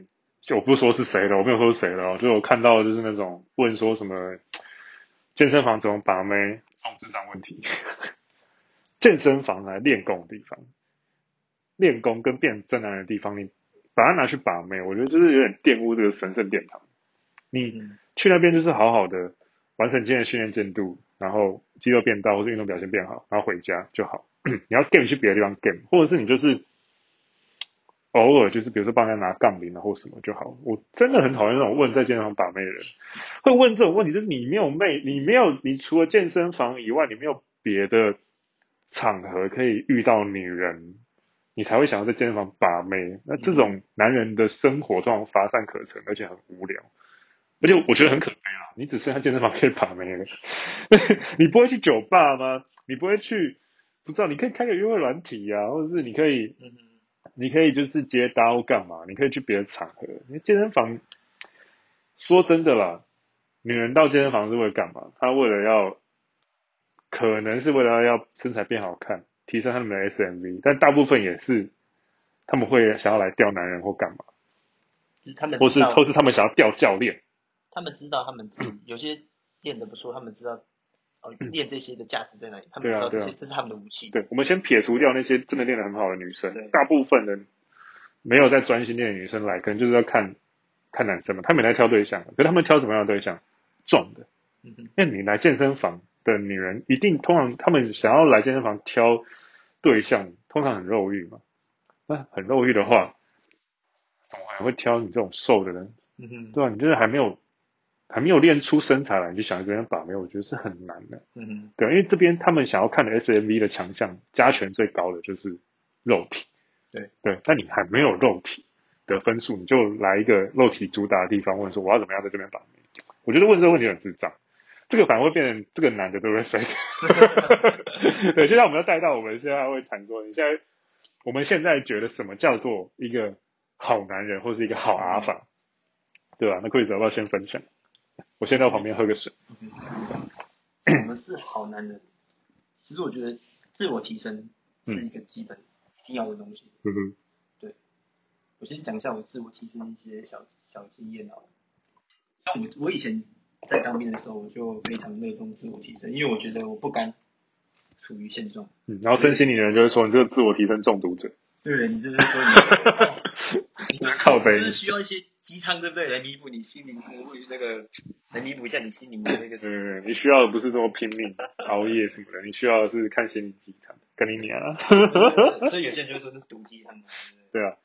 就我不说是谁了，我没有说是谁了哦，就我看到就是那种问说什么健身房怎么把妹，这种智商问题。健身房来练功的地方，练功跟变真男人的地方，你把它拿去把妹，我觉得就是有点玷污这个神圣殿堂。你去那边就是好好的完成今天的训练进度，然后肌肉变大或是运动表现变好，然后回家就好。你要 game 去别的地方 game，或者是你就是偶尔就是比如说帮人家拿杠铃啊或什么就好。我真的很讨厌那种问在健身房把妹的人，会问这种问题，就是你没有妹，你除了健身房以外，你没有别的场合可以遇到女人，你才会想要在健身房把妹。那这种男人的生活通常乏善可陈，而且很无聊，而且我觉得很可悲啦。你只剩下健身房可以把妹了，你不会去酒吧吗？你不会去？不知道，你可以开个约会软体啊，或者是你可以就是接单或干嘛？你可以去别的场合。因为健身房，说真的啦，女人到健身房是为了干嘛？她为了可能是为了要身材变好看，提升他们的 SMV，但大部分也是他们会想要来钓男人或干嘛， 就是他们或知道， 是他们想要钓教练。 他们知道他们自己有些练得不错，他们知道练这些的价值在哪里，他们知道这是他们的武器。 对，我们先撇除掉那些真的练得很好的女生， 对， 大部分人没有在专心练的女生来，可能就是要看男生嘛，他们也来挑对象，可是他们挑什么样的对象？壮的。那你来健身房的女人，一定通常他们想要来健身房挑对象，通常很肉欲嘛。那很肉欲的话，怎么可能会挑你这种瘦的人？对吧？你就是还没有练出身材来，你就想跟人把妹，我觉得是很难的。对，因为这边他们想要看的 SMV 的强项，加权最高的就是肉体。对，那你还没有肉体的分数，你就来一个肉体主打的地方，问说我要怎么样在这边把妹？我觉得问这个问题很智障。这个反而会变成这个男的对不对？对，就像我们要带到我们现在会谈说，我们现在觉得什么叫做一个好男人，或是一个好阿法，对吧？那可以要不要先分享？我先到旁边喝个水。 什么是好男人？其实我觉得自我提升是一个基本一定要的东西。对，我先讲一下我自我提升一些小经验好了。像我以前在当兵的时候，我就非常热衷自我提升，因为我觉得我不甘处于现状。 然后身心灵的人就会说你这个自我提升中毒者。 对，你就是说你就是需要一些鸡汤，对不对？来弥补你心灵来弥补一下你心灵的那个。 你需要的不是这么拼命熬夜什么的，你需要的是看心理鸡汤，跟你娘。 所以有些人就会说那是毒鸡汤嘛。 对啊。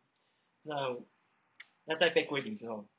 那在被归零之后，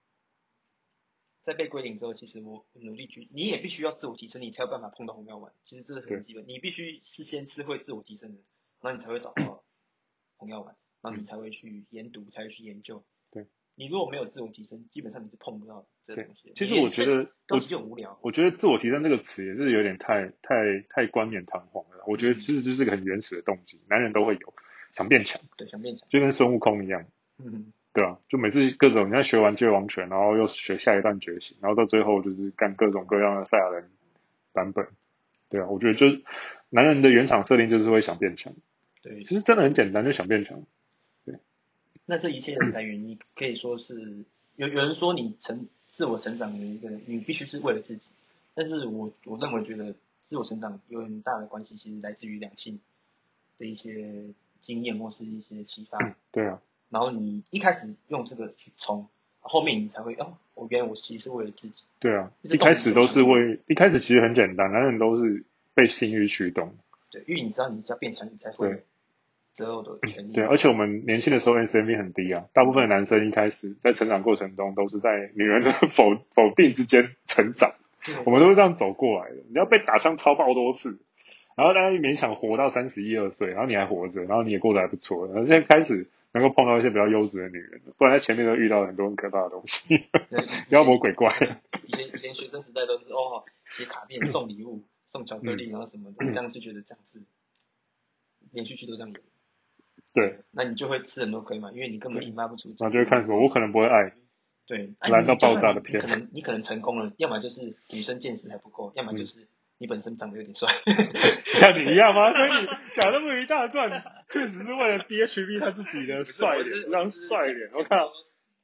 其实我努力你也必须要自我提升，你才有办法碰到红药丸。其实这是很基本，你必须事先是会自我提升的，然后你才会找到红药丸，然后你才会去研读，才会去研究。 对， 你如果没有自我提升，基本上你是碰不到这个东西。 其实我觉得东西就很无聊。 我觉得自我提升这个词也是有点太冠冕堂皇了。我觉得其实就是个很原始的动机，男人都会有想变强， 对，想变强， 就跟孙悟空一样。对啊，就每次各种你看学完界王拳，然后又学下一段觉醒，然后到最后就是干各种各样的赛亚人版本。对啊，我觉得就是男人的原厂设定就是会想变强。 对， 其实真的很简单，就想变强。对， 那这一切的来源，你可以说是有人说你自我成长的一个，你必须是为了自己，但是我认为觉得自我成长有很大的关系，其实来自于两性的一些经验或是一些启发。 对啊。 然后你一开始用这个去冲，后面你才会我原来我其实是为了自己。 对啊，一开始其实很简单，男人都是被性欲驱动。 对，因为你知道你只要变强，你才会择偶的权利。 对，而且我们年轻的时候 SMV 很低啊，大部分的男生一开始在成长过程中都是在女人的否定之间成长，我们都是这样走过来的。你要被打枪超爆多次，然后大家勉强活到31、2岁，然后你还活着，然后你也过得还不错，然后现在开始能够碰到一些比较优质的女人，不然在前面都遇到很多很可怕的东西，妖魔鬼怪。 以前学生时代都是写卡片送礼物送巧克力然后什么的，这样就觉得这样子连续剧都这样演。 对， 那你就会吃很多亏嘛，因为你根本引发不出。 然后就会看什么，我可能不会爱你。 对， 烂到爆炸的片。 你可能成功了，要么就是女生见识还不够，要么就是你本身长得有点帅。 像你一样吗？所以你讲那么一大段，确实是为了 BHB 他自己的帅脸，让帅脸。我靠，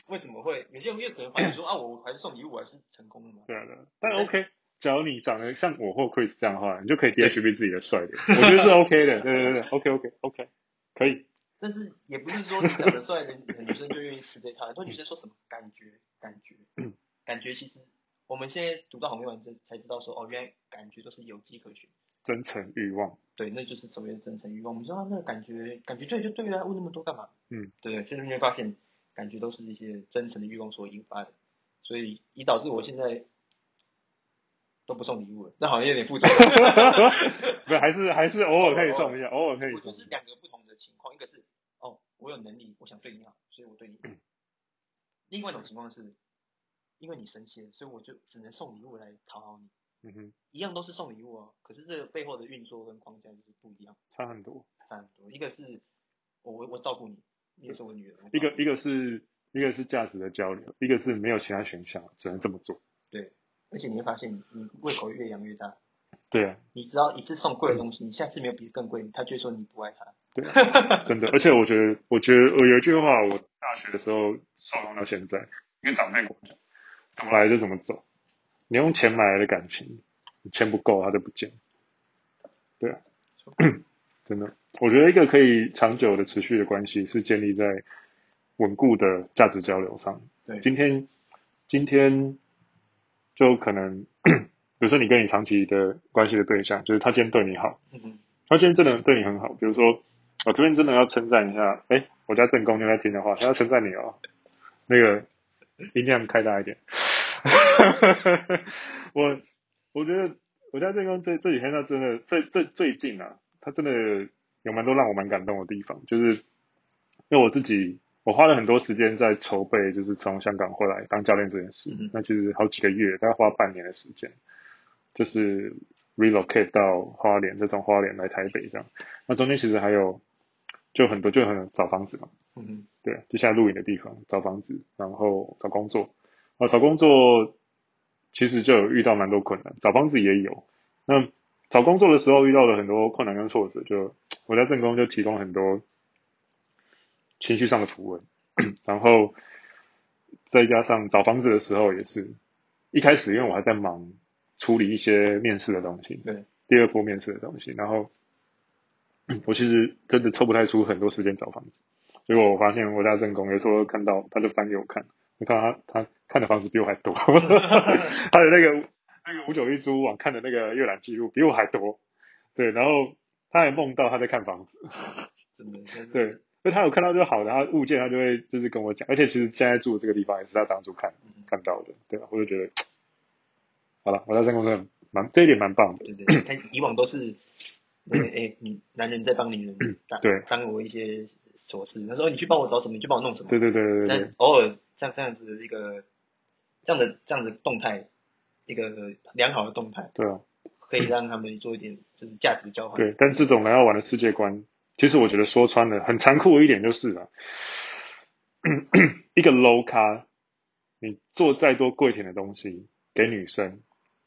为什么会有些人可能怀疑说啊，我还是送礼物我还是成功了嘛？ 对啊，但 OK，假如你长得像我或 Chris 这样的话，你就可以 DHB 自己的帅脸，我觉得是 OK 的，对，OK，可以。 但是也不是说你长得帅的女生就愿意吃这套，很多女生说什么感觉，其实我们现在读到红叶丸才知道说，哦，原来感觉都是有迹可循。 真诚欲望， 对，那就是所谓的真诚欲望。我们说那个感觉对就对了，问那么多干嘛？ 嗯， 对，现在你会发现，感觉都是一些真诚的欲望所引发的，所以导致我现在都不送礼物了，那好像有点负责。 不还是偶尔可以送一下，偶尔可以我觉得是送一下。 两个不同的情况，一个是哦，我有能力，我想对你好，所以我对你好。另外一种情况是，因为你生气了，所以我就只能送礼物来讨好你。 嗯哼， 一样都是送礼物啊，可是这个背后的运作跟框架就是不一样， 差很多。 差很多。一个是我照顾你，一个是我女人， 一个是价值的交流，一个是没有其他选项，只能这么做。 对，而且你会发现你胃口越养越大。 对啊， 你只要一次送贵的东西，你下次没有比更贵，他就会说你不爱他。 对啊，真的。而且我觉得我有一句话，我大学的时候受用到现在，因为长辈跟我讲，怎么来就怎么走。你用钱买来的感情，你钱不够，它就不见。对啊，真的，我觉得一个可以长久的持续的关系是建立在稳固的价值交流上。 对， 今天就可能，比如说你跟你长期的关系的对象，就是他今天对你好， 嗯他今天真的对你很好，比如说我这边真的要称赞一下，我家正宫正在听的话，他要称赞你哦，那个音量开大一点。我我觉得我家正宫这几天他真的最近啊，他真的有蛮多让我蛮感动的地方，就是因为我花了很多时间在筹备，就是从香港回来当教练这件事。 嗯那其实好几个月，大概花半年的时间，就是 relocate 到花莲，再从花莲来台北这样。那中间其实还有就很找房子嘛， 嗯对，就现在露营的地方找房子，然后找工作。找工作其实就有遇到蛮多困难，找房子也有。那找工作的时候遇到了很多困难跟挫折，就我在正宫就提供很多情绪上的符文，然后再加上找房子的时候也是，一开始因为我还在忙处理一些面试的东西， 对， 第二波面试的东西，然后我其实真的抽不太出很多时间找房子，结果我发现我家正宫有时候看到他就翻给我看，我看他看的房子比我还多，他的591租屋网看的那个阅览记录比我还多，对，然后他还梦到他在看房子， 真的，但对， 是所以他有看到就好的，他物件他就会就是跟我讲，而且其实现在住的这个地方也是他当初看到的，对吧？我就觉得好了，我在正宫真的这一点蛮棒的， 对对，看以往都是男人在帮女人对张罗一些琐事，他说你去帮我找什么，你去帮我弄什么， 对， 但偶尔这样子的一个这样的动态，一个良好的动态， 对啊。 可以让他们做一点就是价值交换。 对，但这种来要玩的世界观，其实我觉得说穿了，很残酷的一点就是啊，一个 low 咖，你做再多跪舔的东西给女生，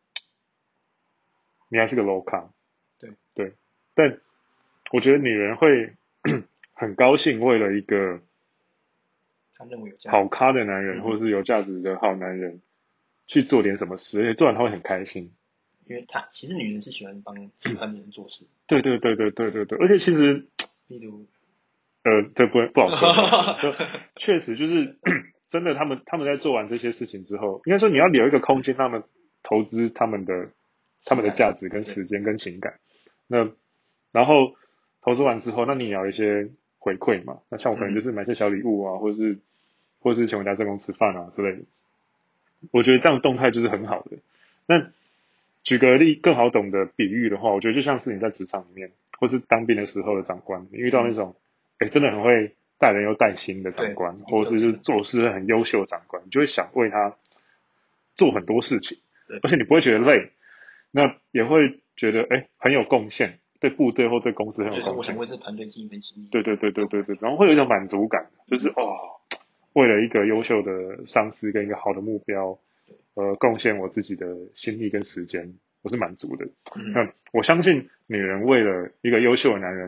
你还是个 low 咖。 对对，但我觉得女人会很高兴，为了一个他认为有价值， 好咖的男人，或者是有价值的好男人，去做点什么事，而且做完他会很开心。 因为其实女人是喜欢帮喜欢的人做事， 对，而且其实例如， 这不好说，就确实就是真的，他们在做完这些事情之后，应该说你要留一个空间，他们投资他们的价值跟时间跟情感。那然后投资完之后，那你也要一些回馈嘛。那像我可能就是买些小礼物啊，或者是请我家正宫吃饭啊之类的。我觉得这样动态就是很好的。那举个更好懂的比喻的话，我觉得就像是你在职场里面，或是当兵的时候的长官，你遇到那种，真的很会带人又带心的长官，或者是就是做事很优秀的长官，你就会想为他做很多事情，而且你不会觉得累，那也会觉得很有贡献，对部队或对公司很有贡献。 我想为这团队尽一份心力。 对，然后会有一种满足感，就是为了一个优秀的上司跟一个好的目标，贡献我自己的心力跟时间，我是满足的。那我相信女人为了一个优秀的男人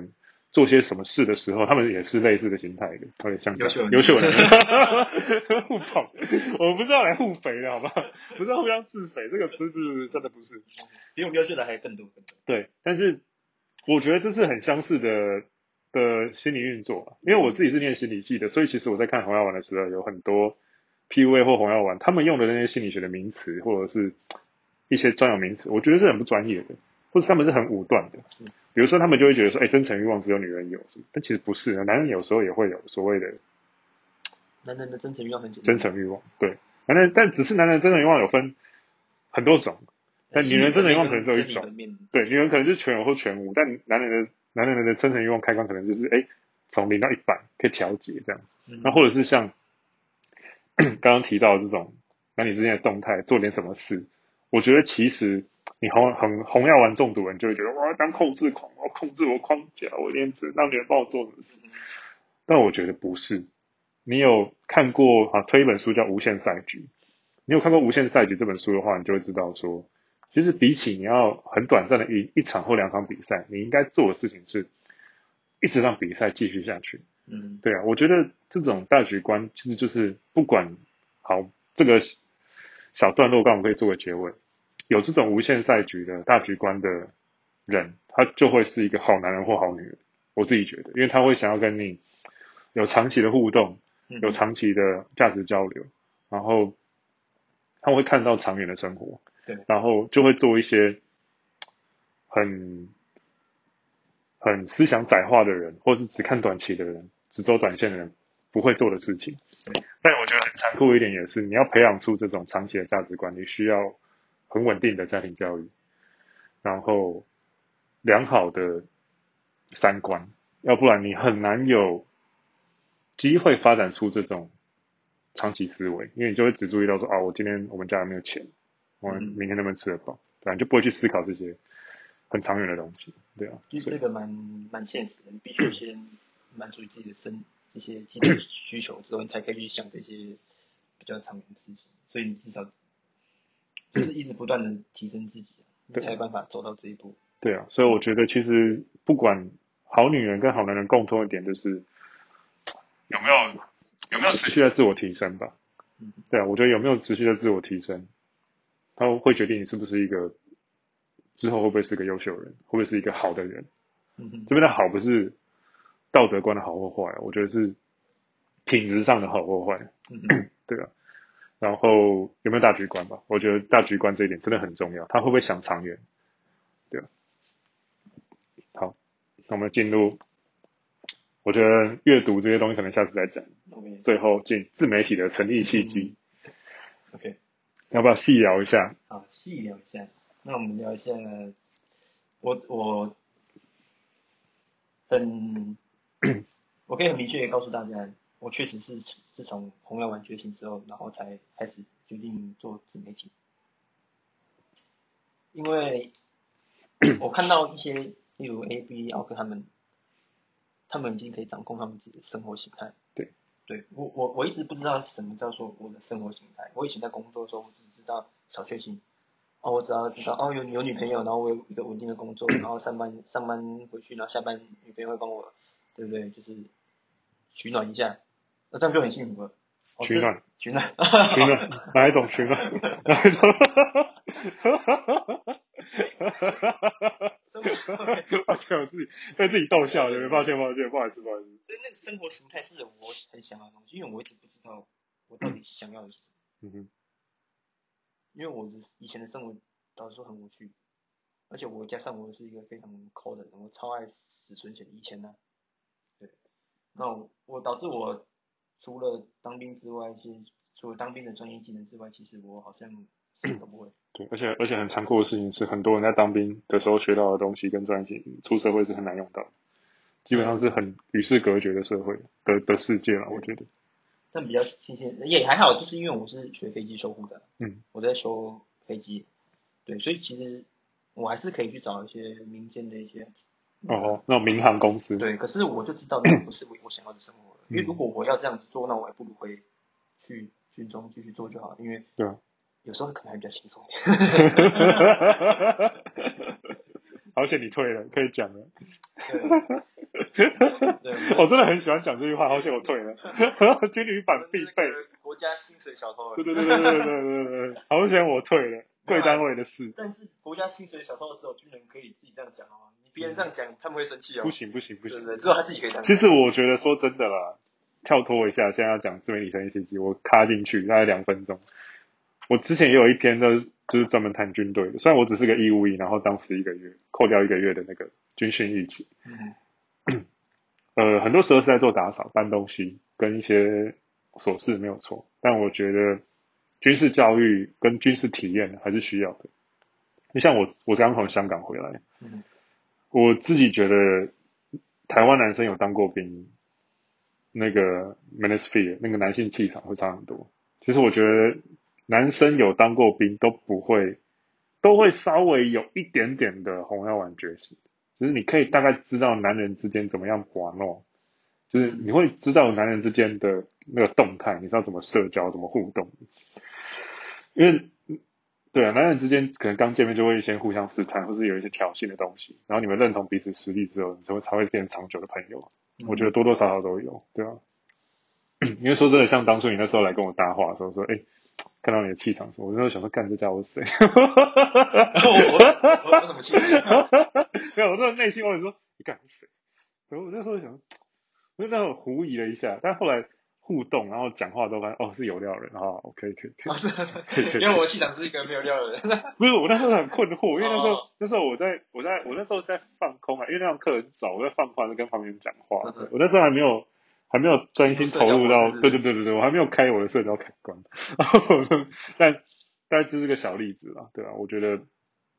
做些什么事的时候，他们也是类似的心态的，而且像优秀人互捧，我们不是要来互肥的好吧？不是要互相自肥，这个不是真的不是， 比我们优秀的还更多。 对，但是我觉得这是很相似的心理运作，因为我自己是念心理系的，所以其实我在看红药丸的时候，有很多 PUA 或红药丸，他们用的那些心理学的名词或者是一些专有名词，我觉得是很不专业的，或者他们是很武断的。比如说，他们就会觉得说，真诚欲望只有女人有，但其实不是，男人有时候也会有所谓的男人的真诚欲望很简单， 真诚欲望，对，但只是男人真诚欲望有分很多种，但女人真诚欲望可能只有一种，对，女人可能就是全有或全无，但男人的真诚欲望开关可能就是从0到100可以调节这样子，那或者是像刚刚提到的这种男女之间的动态，做点什么事，我觉得其实你红药丸中毒人就会觉得我要当控制狂，我要控制我框架，我一定只让女人帮我做什么事，但我觉得不是。你有看过推一本书叫《无限赛局》，你有看过《无限赛局》这本书的话，你就会知道说，其实比起你要很短暂的一场或2场比赛，你应该做的事情是一直让比赛继续下去。对啊，我觉得这种大局观其实就是不管好这个小段落，刚好可以作为结尾。有这种无限赛局的大局观的人，他就会是一个好男人或好女人。我自己觉得，因为他会想要跟你有长期的互动，有长期的价值交流，然后他会看到长远的生活， 对， 然后就会做一些很思想窄化的人，或是只看短期的人，只走短线的人不会做的事情。但我觉得很残酷一点也是，你要培养出这种长期的价值观，你需要很稳定的家庭教育，然后良好的三观，要不然你很难有机会发展出这种长期思维，因为你就会只注意到说，我今天我们家有没有钱，我们明天能不能吃得饱，对，你就不会去思考这些很长远的东西，对啊。 其实这个蛮现实的，你必须先满足自己的这些基本需求之后，你才可以去想这些比较长远的事情。所以你至少就是一直不断的提升自己，你才有办法走到这一步。 对啊，所以我觉得其实不管好女人跟好男人共通的点就是有没有持续的自我提升吧。对啊，我觉得有没有持续的自我提升，它会决定你是不是一个之后会不会是个优秀人，会不会是一个好的人。这边的好不是道德观的好或坏，我觉得是品质上的好或坏。对啊，然后有没有大局观吧？我觉得大局观这一点真的很重要，他会不会想长远？对啊。好，那我们进入，我觉得阅读这些东西可能下次再讲。最后进自媒体的成立契机。 OK， 要不要细聊一下？ 好，细聊一下。那我们聊一下，我很，我可以很明确的告诉大家，我确实是从红药丸觉醒之后，然后才开始决定做自媒体，因为我看到一些，例如 AB 奥克他们已经可以掌控他们自己的生活形态。对，我一直不知道什么叫做我的生活形态。我以前在工作的时候，我只知道小确幸。我只要知道有女朋友，然后我有一个稳定的工作，然后上班回去，然后下班女朋友会帮我，对不对？就是取暖一下，那这样就很幸福了。 取暖， 取暖， 取暖，哪一种取暖？哪一种？抱歉，我自己被自己逗笑了，抱歉，不好意思。 所以那个生活形态是我很想要的东西，因为我一直不知道我到底想要的是什么。因为我的以前的生活导致说很无趣，而且我加上我是一个非常抠的人，我超爱死存钱。以前呢，对，那我导致我除了当兵之外，除了当兵的专业技能之外，其实我好像什么都不会。 对，而且很残酷的事情是，很多人在当兵的时候学到的东西跟专业出社会是很难用到，基本上是很与世隔绝的社会的世界了，我觉得。 但比较新鲜，也还好，就是因为我是学飞机修护的，我在修飞机，对，所以其实我还是可以去找一些民间的一些那种民航公司。 对，可是我就知道那个不是我想要的生活了，因为如果我要这样子做，那我还不如回去军中继续做就好，因为对啊， 有时候可能还比较轻松一点。 而且你退了，可以讲了。 对， 对， 我真的很喜欢讲这句话，好险我退了。军旅版必备。 国家薪水小偷。 对，好险我退了，贵单位的事。 但是国家薪水小偷的时候，军人可以自己这样讲哦，你别人这样讲，他们会生气哦。 不行， 对，只有他自己可以这样讲。 其实我觉得说真的啦，跳脱一下，现在要讲自媒体商业契机，我卡进去大概2分钟。我之前也有一篇就是专门谈军队的，虽然我只是个义务役，然后当时1个月扣掉1个月的那个军训役期。很多时候是在做打扫、搬东西跟一些琐事没有错，但我觉得军事教育跟军事体验还是需要的。就像我刚从香港回来，我自己觉得台湾男生有当过兵，那个 manosphere 那个男性气场会差很多。其实我觉得男生有当过兵都会稍微有一点点的红药丸觉醒，就是你可以大概知道男人之间怎么样玩弄，就是你会知道男人之间的那个动态，你知道怎么社交、怎么互动。因为对啊，男人之间可能刚见面就会先互相试探，或是有一些挑衅的东西，然后你们认同彼此实力之后，你才会变成长久的朋友。我觉得多多少少都有，对啊。因为说真的，像当初你那时候来跟我搭话的时候，说，看到你的气场，我那时候想说，干这家伙是谁？ 我什么气场？ 没有，我真的内心我说，你干是谁？然后我那时候想，我就那种狐疑了一下，但后来互动，然后讲话都发现，是有料人啊，OK，可以， 因为我气场是一个没有料的人。 不是，我那时候很困惑，因为那时候我那时候在放空啊，因为那堂课很早，我在放空，跟旁边人讲话，我那时候还没有专心投入到，对，我还没有开我的社交开关，然后但这是个小例子啦，对啊，我觉得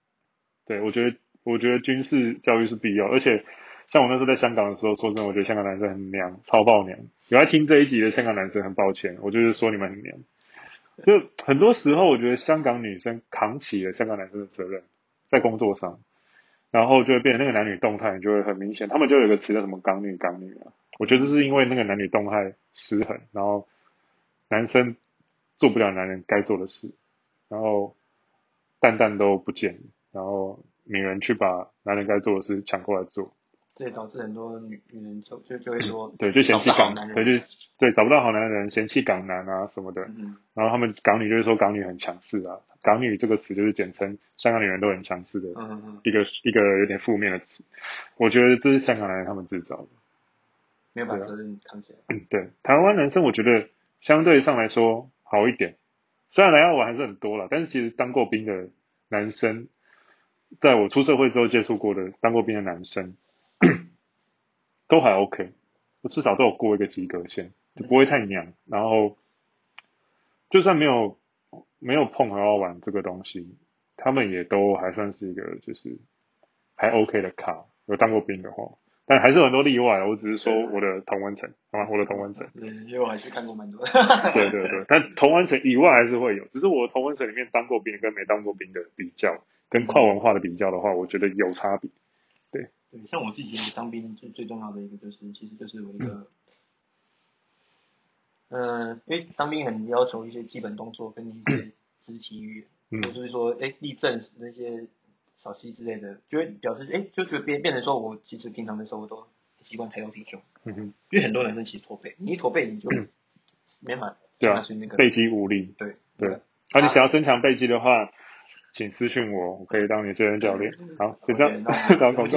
军事教育是必要，而且像我那时候在香港的时候，说真的，我觉得香港男生很娘，超爆娘。有在听这一集的香港男生，很抱歉，我就是说你们很娘。就很多时候，我觉得香港女生扛起了香港男生的责任，在工作上，然后就会变成那个男女动态就会很明显。他们就有一个词叫什么“港女”啊，我觉得这是因为那个男女动态失衡，然后男生做不了男人该做的事，然后蛋都不见了，然后女人去把男人该做的事抢过来做， 这也导致很多女人就会说， 对，就嫌弃港男人， 对，找不到好男人，嫌弃港男啊什么的。然后他们港女就会说港女很强势啊，港女这个词就是简称香港女人都很强势的一个有点负面的词。我觉得这是香港男人他们制造的， 没有把责任扛起来。 对，台湾男生我觉得相对上来说好一点，虽然来澳玩还是很多了，但是其实当过兵的男生，在我出社会之后接触过的当过兵的男生。都还 OK，我至少都有过一个及格线，就不会太娘。然后就算没有碰红药丸这个东西，他们也都还算是一个就是还 OK 的咖。有当过兵的话，但还是有很多例外。我只是说我的同温层，好吧，我的同温层。 因为我还是看过蛮多的。 对，但同温层以外还是会有，只是我的同温层里面当过兵跟没当过兵的比较，跟跨文化的比较的话，我觉得有差别。对， 像我自己当兵最重要的一个其实就是我一个，因为当兵很要求一些基本动作跟一些肢体语言，或就是说，立正那些扫息之类的，就会表示，就觉得变成说我其实平常的时候我都习惯抬头挺胸，因为很多男生其实驼背，你一驼背你就没法， 对啊，背肌无力， 对， 你想要增强背肌的话，请私讯我，我可以当你健身教练。好，就这样，打广告。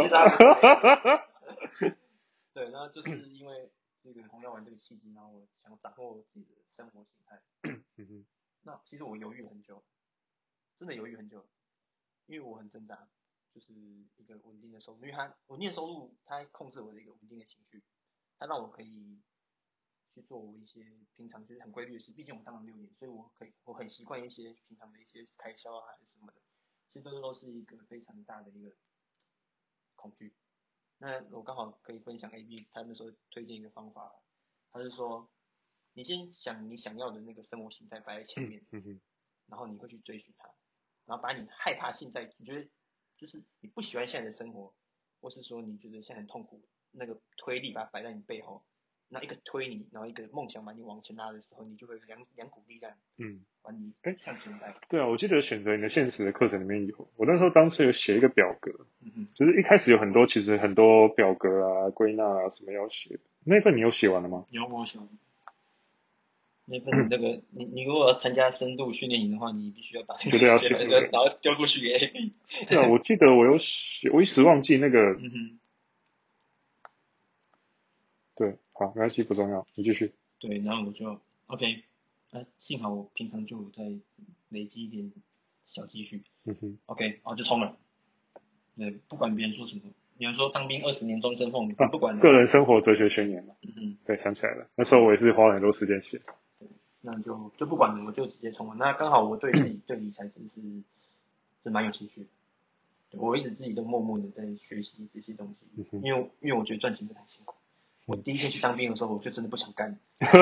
对，那就是因为这个红药丸这个契机，然后我想掌握我自己的生活形态。那其实我犹豫了很久，真的犹豫很久，因为我很挣扎，就是一个稳定的收入，因为稳定的收入它控制我的一个稳定的情绪，它让我可以去做我一些平常就是很规律的事。毕竟我当了6年，所以我很习惯一些平常的一些开销啊还是什么的，其实都是一个非常大的一个恐惧。那我刚好可以分享 AB 他那时候推荐一个方法，他是说你先想你想要的那个生活形态摆在前面，然后你会去追寻它，然后把你害怕现在你觉得就是你不喜欢现在的生活，或是说你觉得现在很痛苦那个推力把它摆在你背后， 那一个推你，然后一个梦想把你往前拉的时候，你就会两股力量，把你向前带。 对啊，我记得选择你的现实的课程里面有，我那时候当时有写一个表格，就是一开始有其实很多表格啊、归纳啊什么要写，那份你有写完了吗？ 有我写完。那份那个你如果要参加深度训练营的话，你必须要把绝对要写， 然后丢过去给 AB。 对啊，我记得我有写，我一时忘记那个。对，好，没关系，不重要，你继续。 对，然后我就 OK，幸好我平常就有在累积一点小积蓄，OK，然后就冲了。对，不管别人说什么，有人说当兵20年终身俸，不管了。 个人生活哲学宣言嘛。对，想起来了，那时候我也是花了很多时间写。 那就不管了，我就直接冲了。那刚好我对自己对理财是蛮有兴趣的。我一直自己都默默的在学习这些东西，因为我觉得赚钱真的很辛苦。我第一天去当兵的时候，我就真的不想干。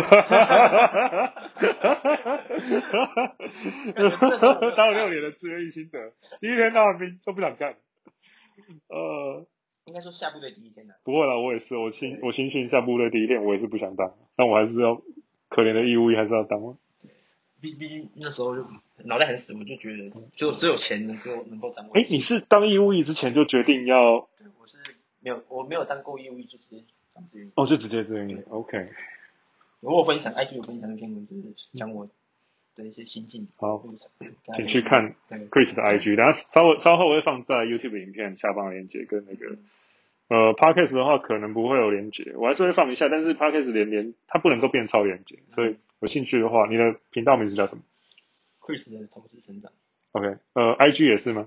当了6年的志愿役心得，第一天当完兵都不想干。 应该说下部队第一天的。 不会啦，我也是，我新训下部队第一天，我也是不想当，但我还是要可怜的义务役还是要当嘛。 毕竟那时候就脑袋很死，我就觉得就只有钱能够掌握。 你是当义务役之前就决定要？ 对，我没有当过义务役，就直接当志愿役。 就直接志愿役 ，OK。 我有分享 IG 有分享一篇文，就是讲我的一些心境。 好，请去看 Chris 的 IG，等下稍后我会放在 YouTube 影片下方的链接跟那个Podcast 的话可能不会有连接，我还是会放一下，但是 Podcast 它不能够变超连接，所以有兴趣的话，你的频道名字叫什么 ？Chris 的投资成长。 OK， IG 也是吗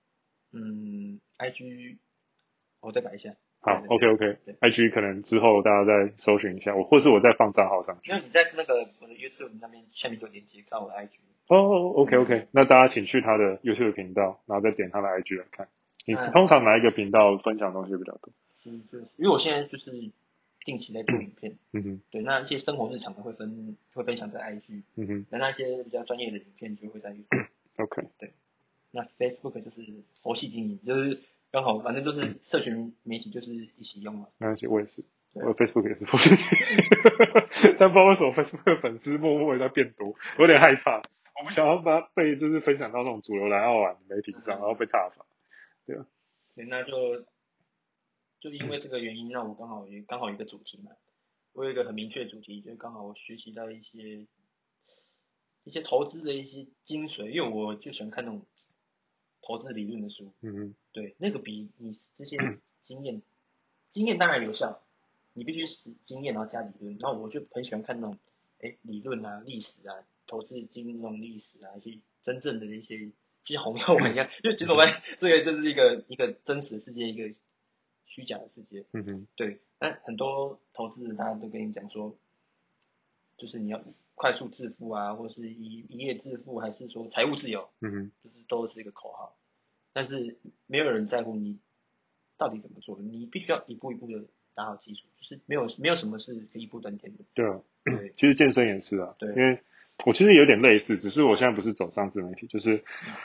？IG 我再改一下。 好 ，OK，IG 可能之后大家再搜寻一下，或是我再放账号上去。 因为你在那个我的 YouTube 那边下面就连接到我的 IG。 OK， 那大家请去他的 YouTube 频道，然后再点他的 IG 来看。你通常哪一个频道分享东西比较多？ 因为我现在就是定期在做影片，对，那一些生活日常的会分享在 IG，那些比较专业的影片就会在 YouTube。OK， 对，那 Facebook 就是佛系经营，就是刚好反正就是社群媒体就是一起用嘛。 没关系，我也是，我 Facebook 也是佛系经营，但不知道为什么 Facebook 的粉丝默默在变多，我有点害怕，我不想要被就是分享到那种主流蓝澳玩媒体上，然后被挞伐，对啊。 对，那就因为这个原因，让我刚好有一个主题嘛，我有一个很明确的主题，就是刚好我学习到一些投资的一些精髓，因为我就喜欢看那种投资理论的书。对，那个比你这些经验当然有效，你必须使经验然后加理论。然后我就很喜欢看那种理论啊、历史啊、投资金融历史啊，一些真正的一些就像红药丸一样，因为其实我们这个就是一个真实的世界，一个虚假的世界。对，那很多投资人大家都跟你讲说，就是你要快速致富啊，或是一夜致富，还是说财务自由，就是都是一个口号。但是没有人在乎你到底怎么做，你必须要一步一步的打好基础，就是没有什么是可以一步登天的。 对啊，其实健身也是啊， 对， 因为我其实有点类似，只是我现在不是走上自媒体，就是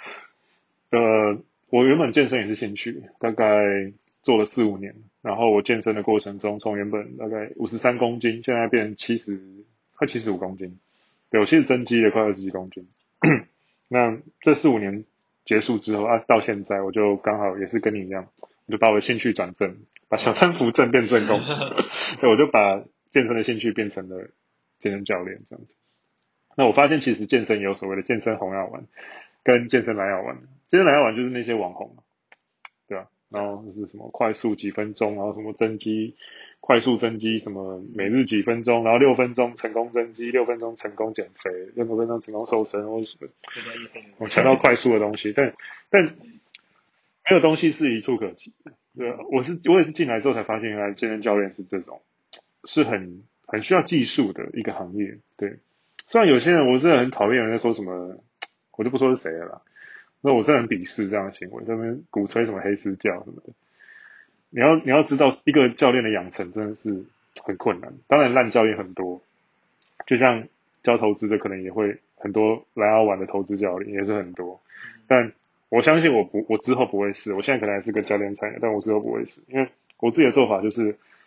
我原本健身也是兴趣，大概做了4、5年，然后我健身的过程中，从原本大概53公斤，现在变快75公斤，对，我其实增肌了快20几公斤。那这4、5年结束之后到现在我就刚好也是跟你一样，我就把我的兴趣转正，把小三扶正变正宫，对，我就把健身的兴趣变成了健身教练这样子。那我发现其实健身也有所谓的健身红药丸跟健身蓝药丸，健身蓝药丸就是那些网红，对吧？然后就是什么快速几分钟，然后什么快速增肌，什么每日几分钟，然后6分钟成功增肌，6分钟成功减肥，6分钟成功瘦身，或者什么，我强调快速的东西，但没有东西是一触可及的。对，我也是进来之后才发现，原来健身教练是这种，是很需要技术的一个行业。对，虽然有些人我真的很讨厌人在说什么，我就不说是谁了啦。那我真的很鄙视这样的行为，在那边鼓吹什么黑私教什么的。你要知道，一个教练的养成真的是很困难。当然，烂教练很多，就像教投资的，可能也会很多来澳玩的投资教练也是很多。但我相信我之后不会是，我现在可能还是个教练菜，但我之后不会是，因为我自己的做法就是，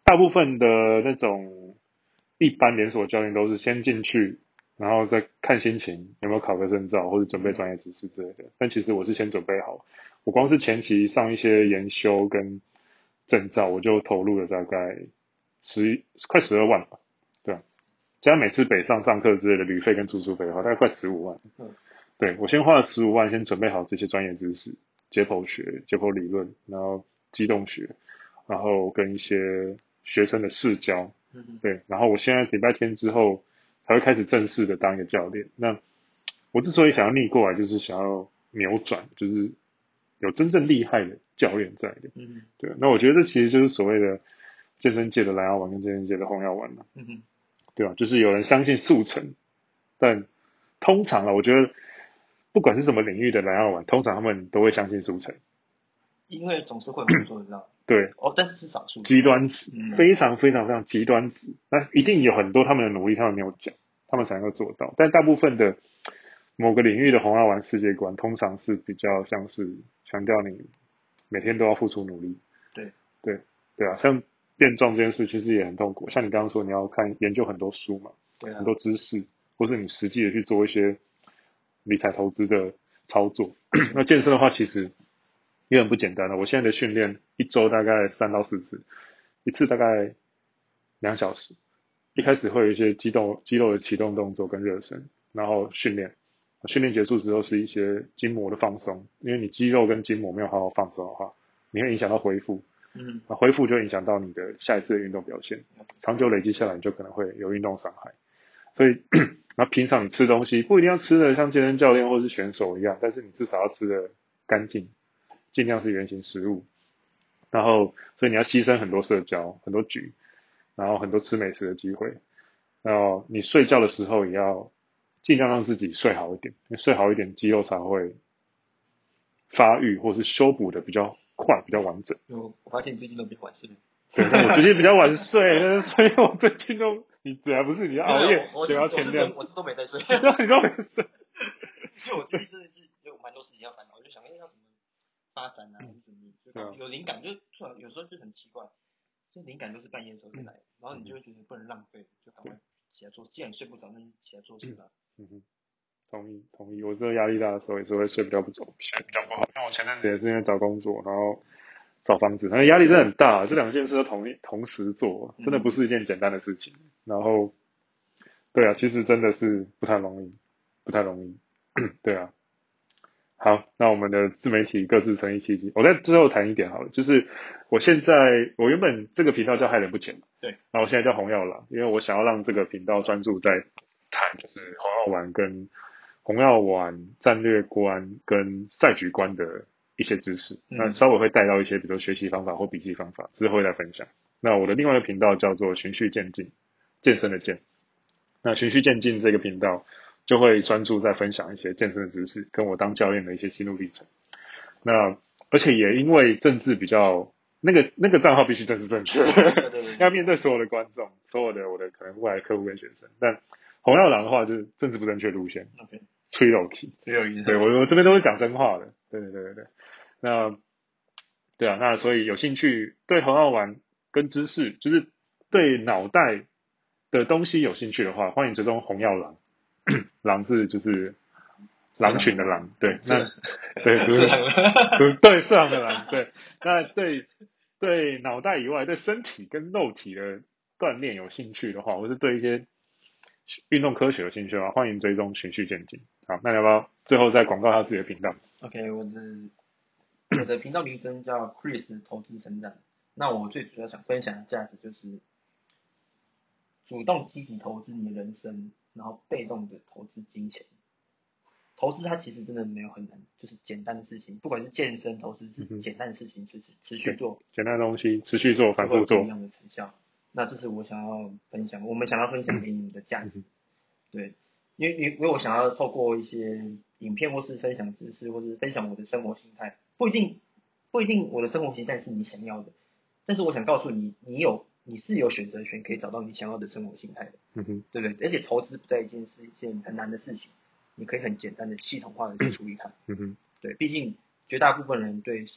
大部分的那种一般连锁教练都是先进去，然后再看心情有没有考个证照或者准备专业知识之类的。但其实我是先准备好，我光是前期上一些研修跟证照，我就投入了大概快12万吧，对啊，加每次北上上课之类的旅费跟住宿费的话，大概快15万。对，我先花了15万，先准备好这些专业知识，解剖学、解剖理论，然后机动学，然后跟一些学生的试教，对，然后我现在礼拜天之后才会开始正式的当一个教练。那我之所以想要逆过来，就是想要扭转，就是有真正厉害的教练在的。对，那我觉得这其实就是所谓的健身界的蓝药丸跟健身界的红药丸嘛。对吧？就是有人相信速成，但通常啊，我觉得不管是什么领域的蓝药丸，通常他们都会相信速成。 因为总是会有人做得到。 对， 但是是少数。 极端值，非常非常非常极端值。那一定有很多他们的努力，他们没有讲，他们才能够做到。但大部分的某个领域的红药丸世界观，通常是比较像是强调你每天都要付出努力。 对对对啊，像变壮这件事其实也很痛苦。像你刚刚说，你要研究很多书嘛， 对啊， 很多知识，或是你实际的去做一些理财投资的操作。那健身的话，其实也很不简单的。我现在的训练一周大概3到4次，一次大概2小时。一开始会有一些肌肉的启动动作跟热身，然后训练。训练结束之后是一些筋膜的放松，因为你肌肉跟筋膜没有好好放松的话，你会影响到恢复。恢复就影响到你的下一次的运动表现，长久累积下来，你就可能会有运动伤害。所以，那平常你吃东西不一定要吃的像健身教练或是选手一样，但是你至少要吃的干净，尽量是原型食物。然后，所以你要牺牲很多社交、很多局，然后很多吃美食的机会。然后你睡觉的时候也要尽量让自己睡好一点，睡好一点，肌肉才会发育或是修补的比较快、比较完整。 我发现你最近都比较晚睡。 对，我最近比较晚睡，所以我最近都你本来不是你要熬夜， 我写到天亮， 我是都没在睡。 然后你都没睡。 因为我最近真的是有蛮多事情要烦恼，我就想要怎么发展啊，还是怎么，就有灵感，就突然有时候就很奇怪，就灵感都是半夜的时候才来，然后你就会觉得不能浪费，就赶快起来做。既然睡不着，那你起来做事吧。 同意。我这个压力大的时候也是会睡比较不着，睡比较不好。因为我前阵子也是因为找工作，然后找房子，那压力真的很大。这两件事都同时做，真的不是一件简单的事情。然后，对啊，其实真的是不太容易，不太容易。对啊。好，那我们的自媒体各自成立契机，我在最后谈一点好了，就是我原本这个频道叫害人不浅， 对， 然后我现在叫红药郎，因为我想要让这个频道专注在谈就是红药丸战略观跟赛局观的一些知识，那稍微会带到一些比如学习方法或笔记方法，之后会再分享。那我的另外一个频道叫做循序渐进，健身的健，那循序渐进这个频道就会专注在分享一些健身的知识，跟我当教练的一些心路历程。那而且也因为政治比较那个账号必须政治正确，要面对所有的观众，所有的我的可能未来客户跟学生。但红药郎的话就是政治不正确路线，吹楼梯，对我这边都是讲真话的，对。那对啊，那所以有兴趣对红药丸跟知识，就是对脑袋的东西有兴趣的话，欢迎追踪红药郎。狼字就是狼群的狼，对，那对不是对色狼的狼，对，那对脑袋以外，对身体跟肉体的锻炼有兴趣的话，或是对一些运动科学有兴趣的话，欢迎追踪循序渐进。好，那要不要最后再广告一下自己的频道 ？OK，我的频道名称叫 Chris 投资成长。那我最主要想分享的价值就是主动积极投资你的人生，然后被动的投资金钱。投资它其实真的没有很难，就是简单的事情，不管是健身投资是简单的事情，就是持续做， 简单的东西持续做，反复做， 不一样的成效。那这是我想要分享，我们想要分享给你们的价值。对，因为我想要透过一些影片或是分享知识，或是分享我的生活形态，不一定我的生活形态是你想要的，但是我想告诉你，你是有选择权，可以找到你想要的生活形态的，对不对？而且投资不在一件很难的事情，你可以很简单的系统化的去处理它，对，毕竟绝大部分人对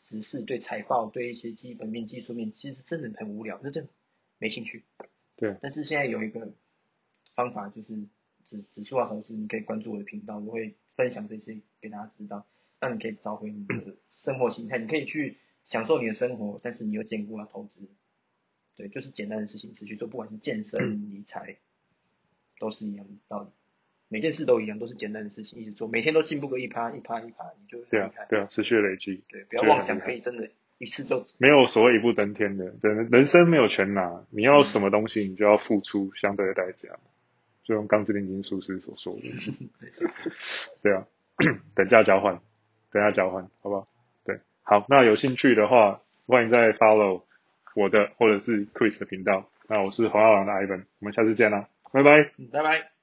时事、对财报、对一些基本面、技术面，其实真的很无聊，那真的没兴趣。 对。 但是现在有一个方法，就是指数化投资，你可以关注我的频道，我会分享这些给大家知道，让你可以找回你的生活形态，你可以去享受你的生活，但是你又兼顾要投资。对，就是简单的事情持续做，不管是健身、理财，都是一样的道理。每件事都一样，都是简单的事情，一直做，每天都进步个1%，你就很厉害。 对啊，持续的累积。 对，不要妄想可以真的一次就没有所谓一步登天的，人生没有全拿，你要什么东西，你就要付出相对的代价。就用钢之炼金术士所说的，对啊，等价交换，好不好？对，好，那有兴趣的话，欢迎再 follow 我的或者是 Chris 的频道。那我是黄耀郎的 Ivan，我们下次见啦，拜拜。 拜拜。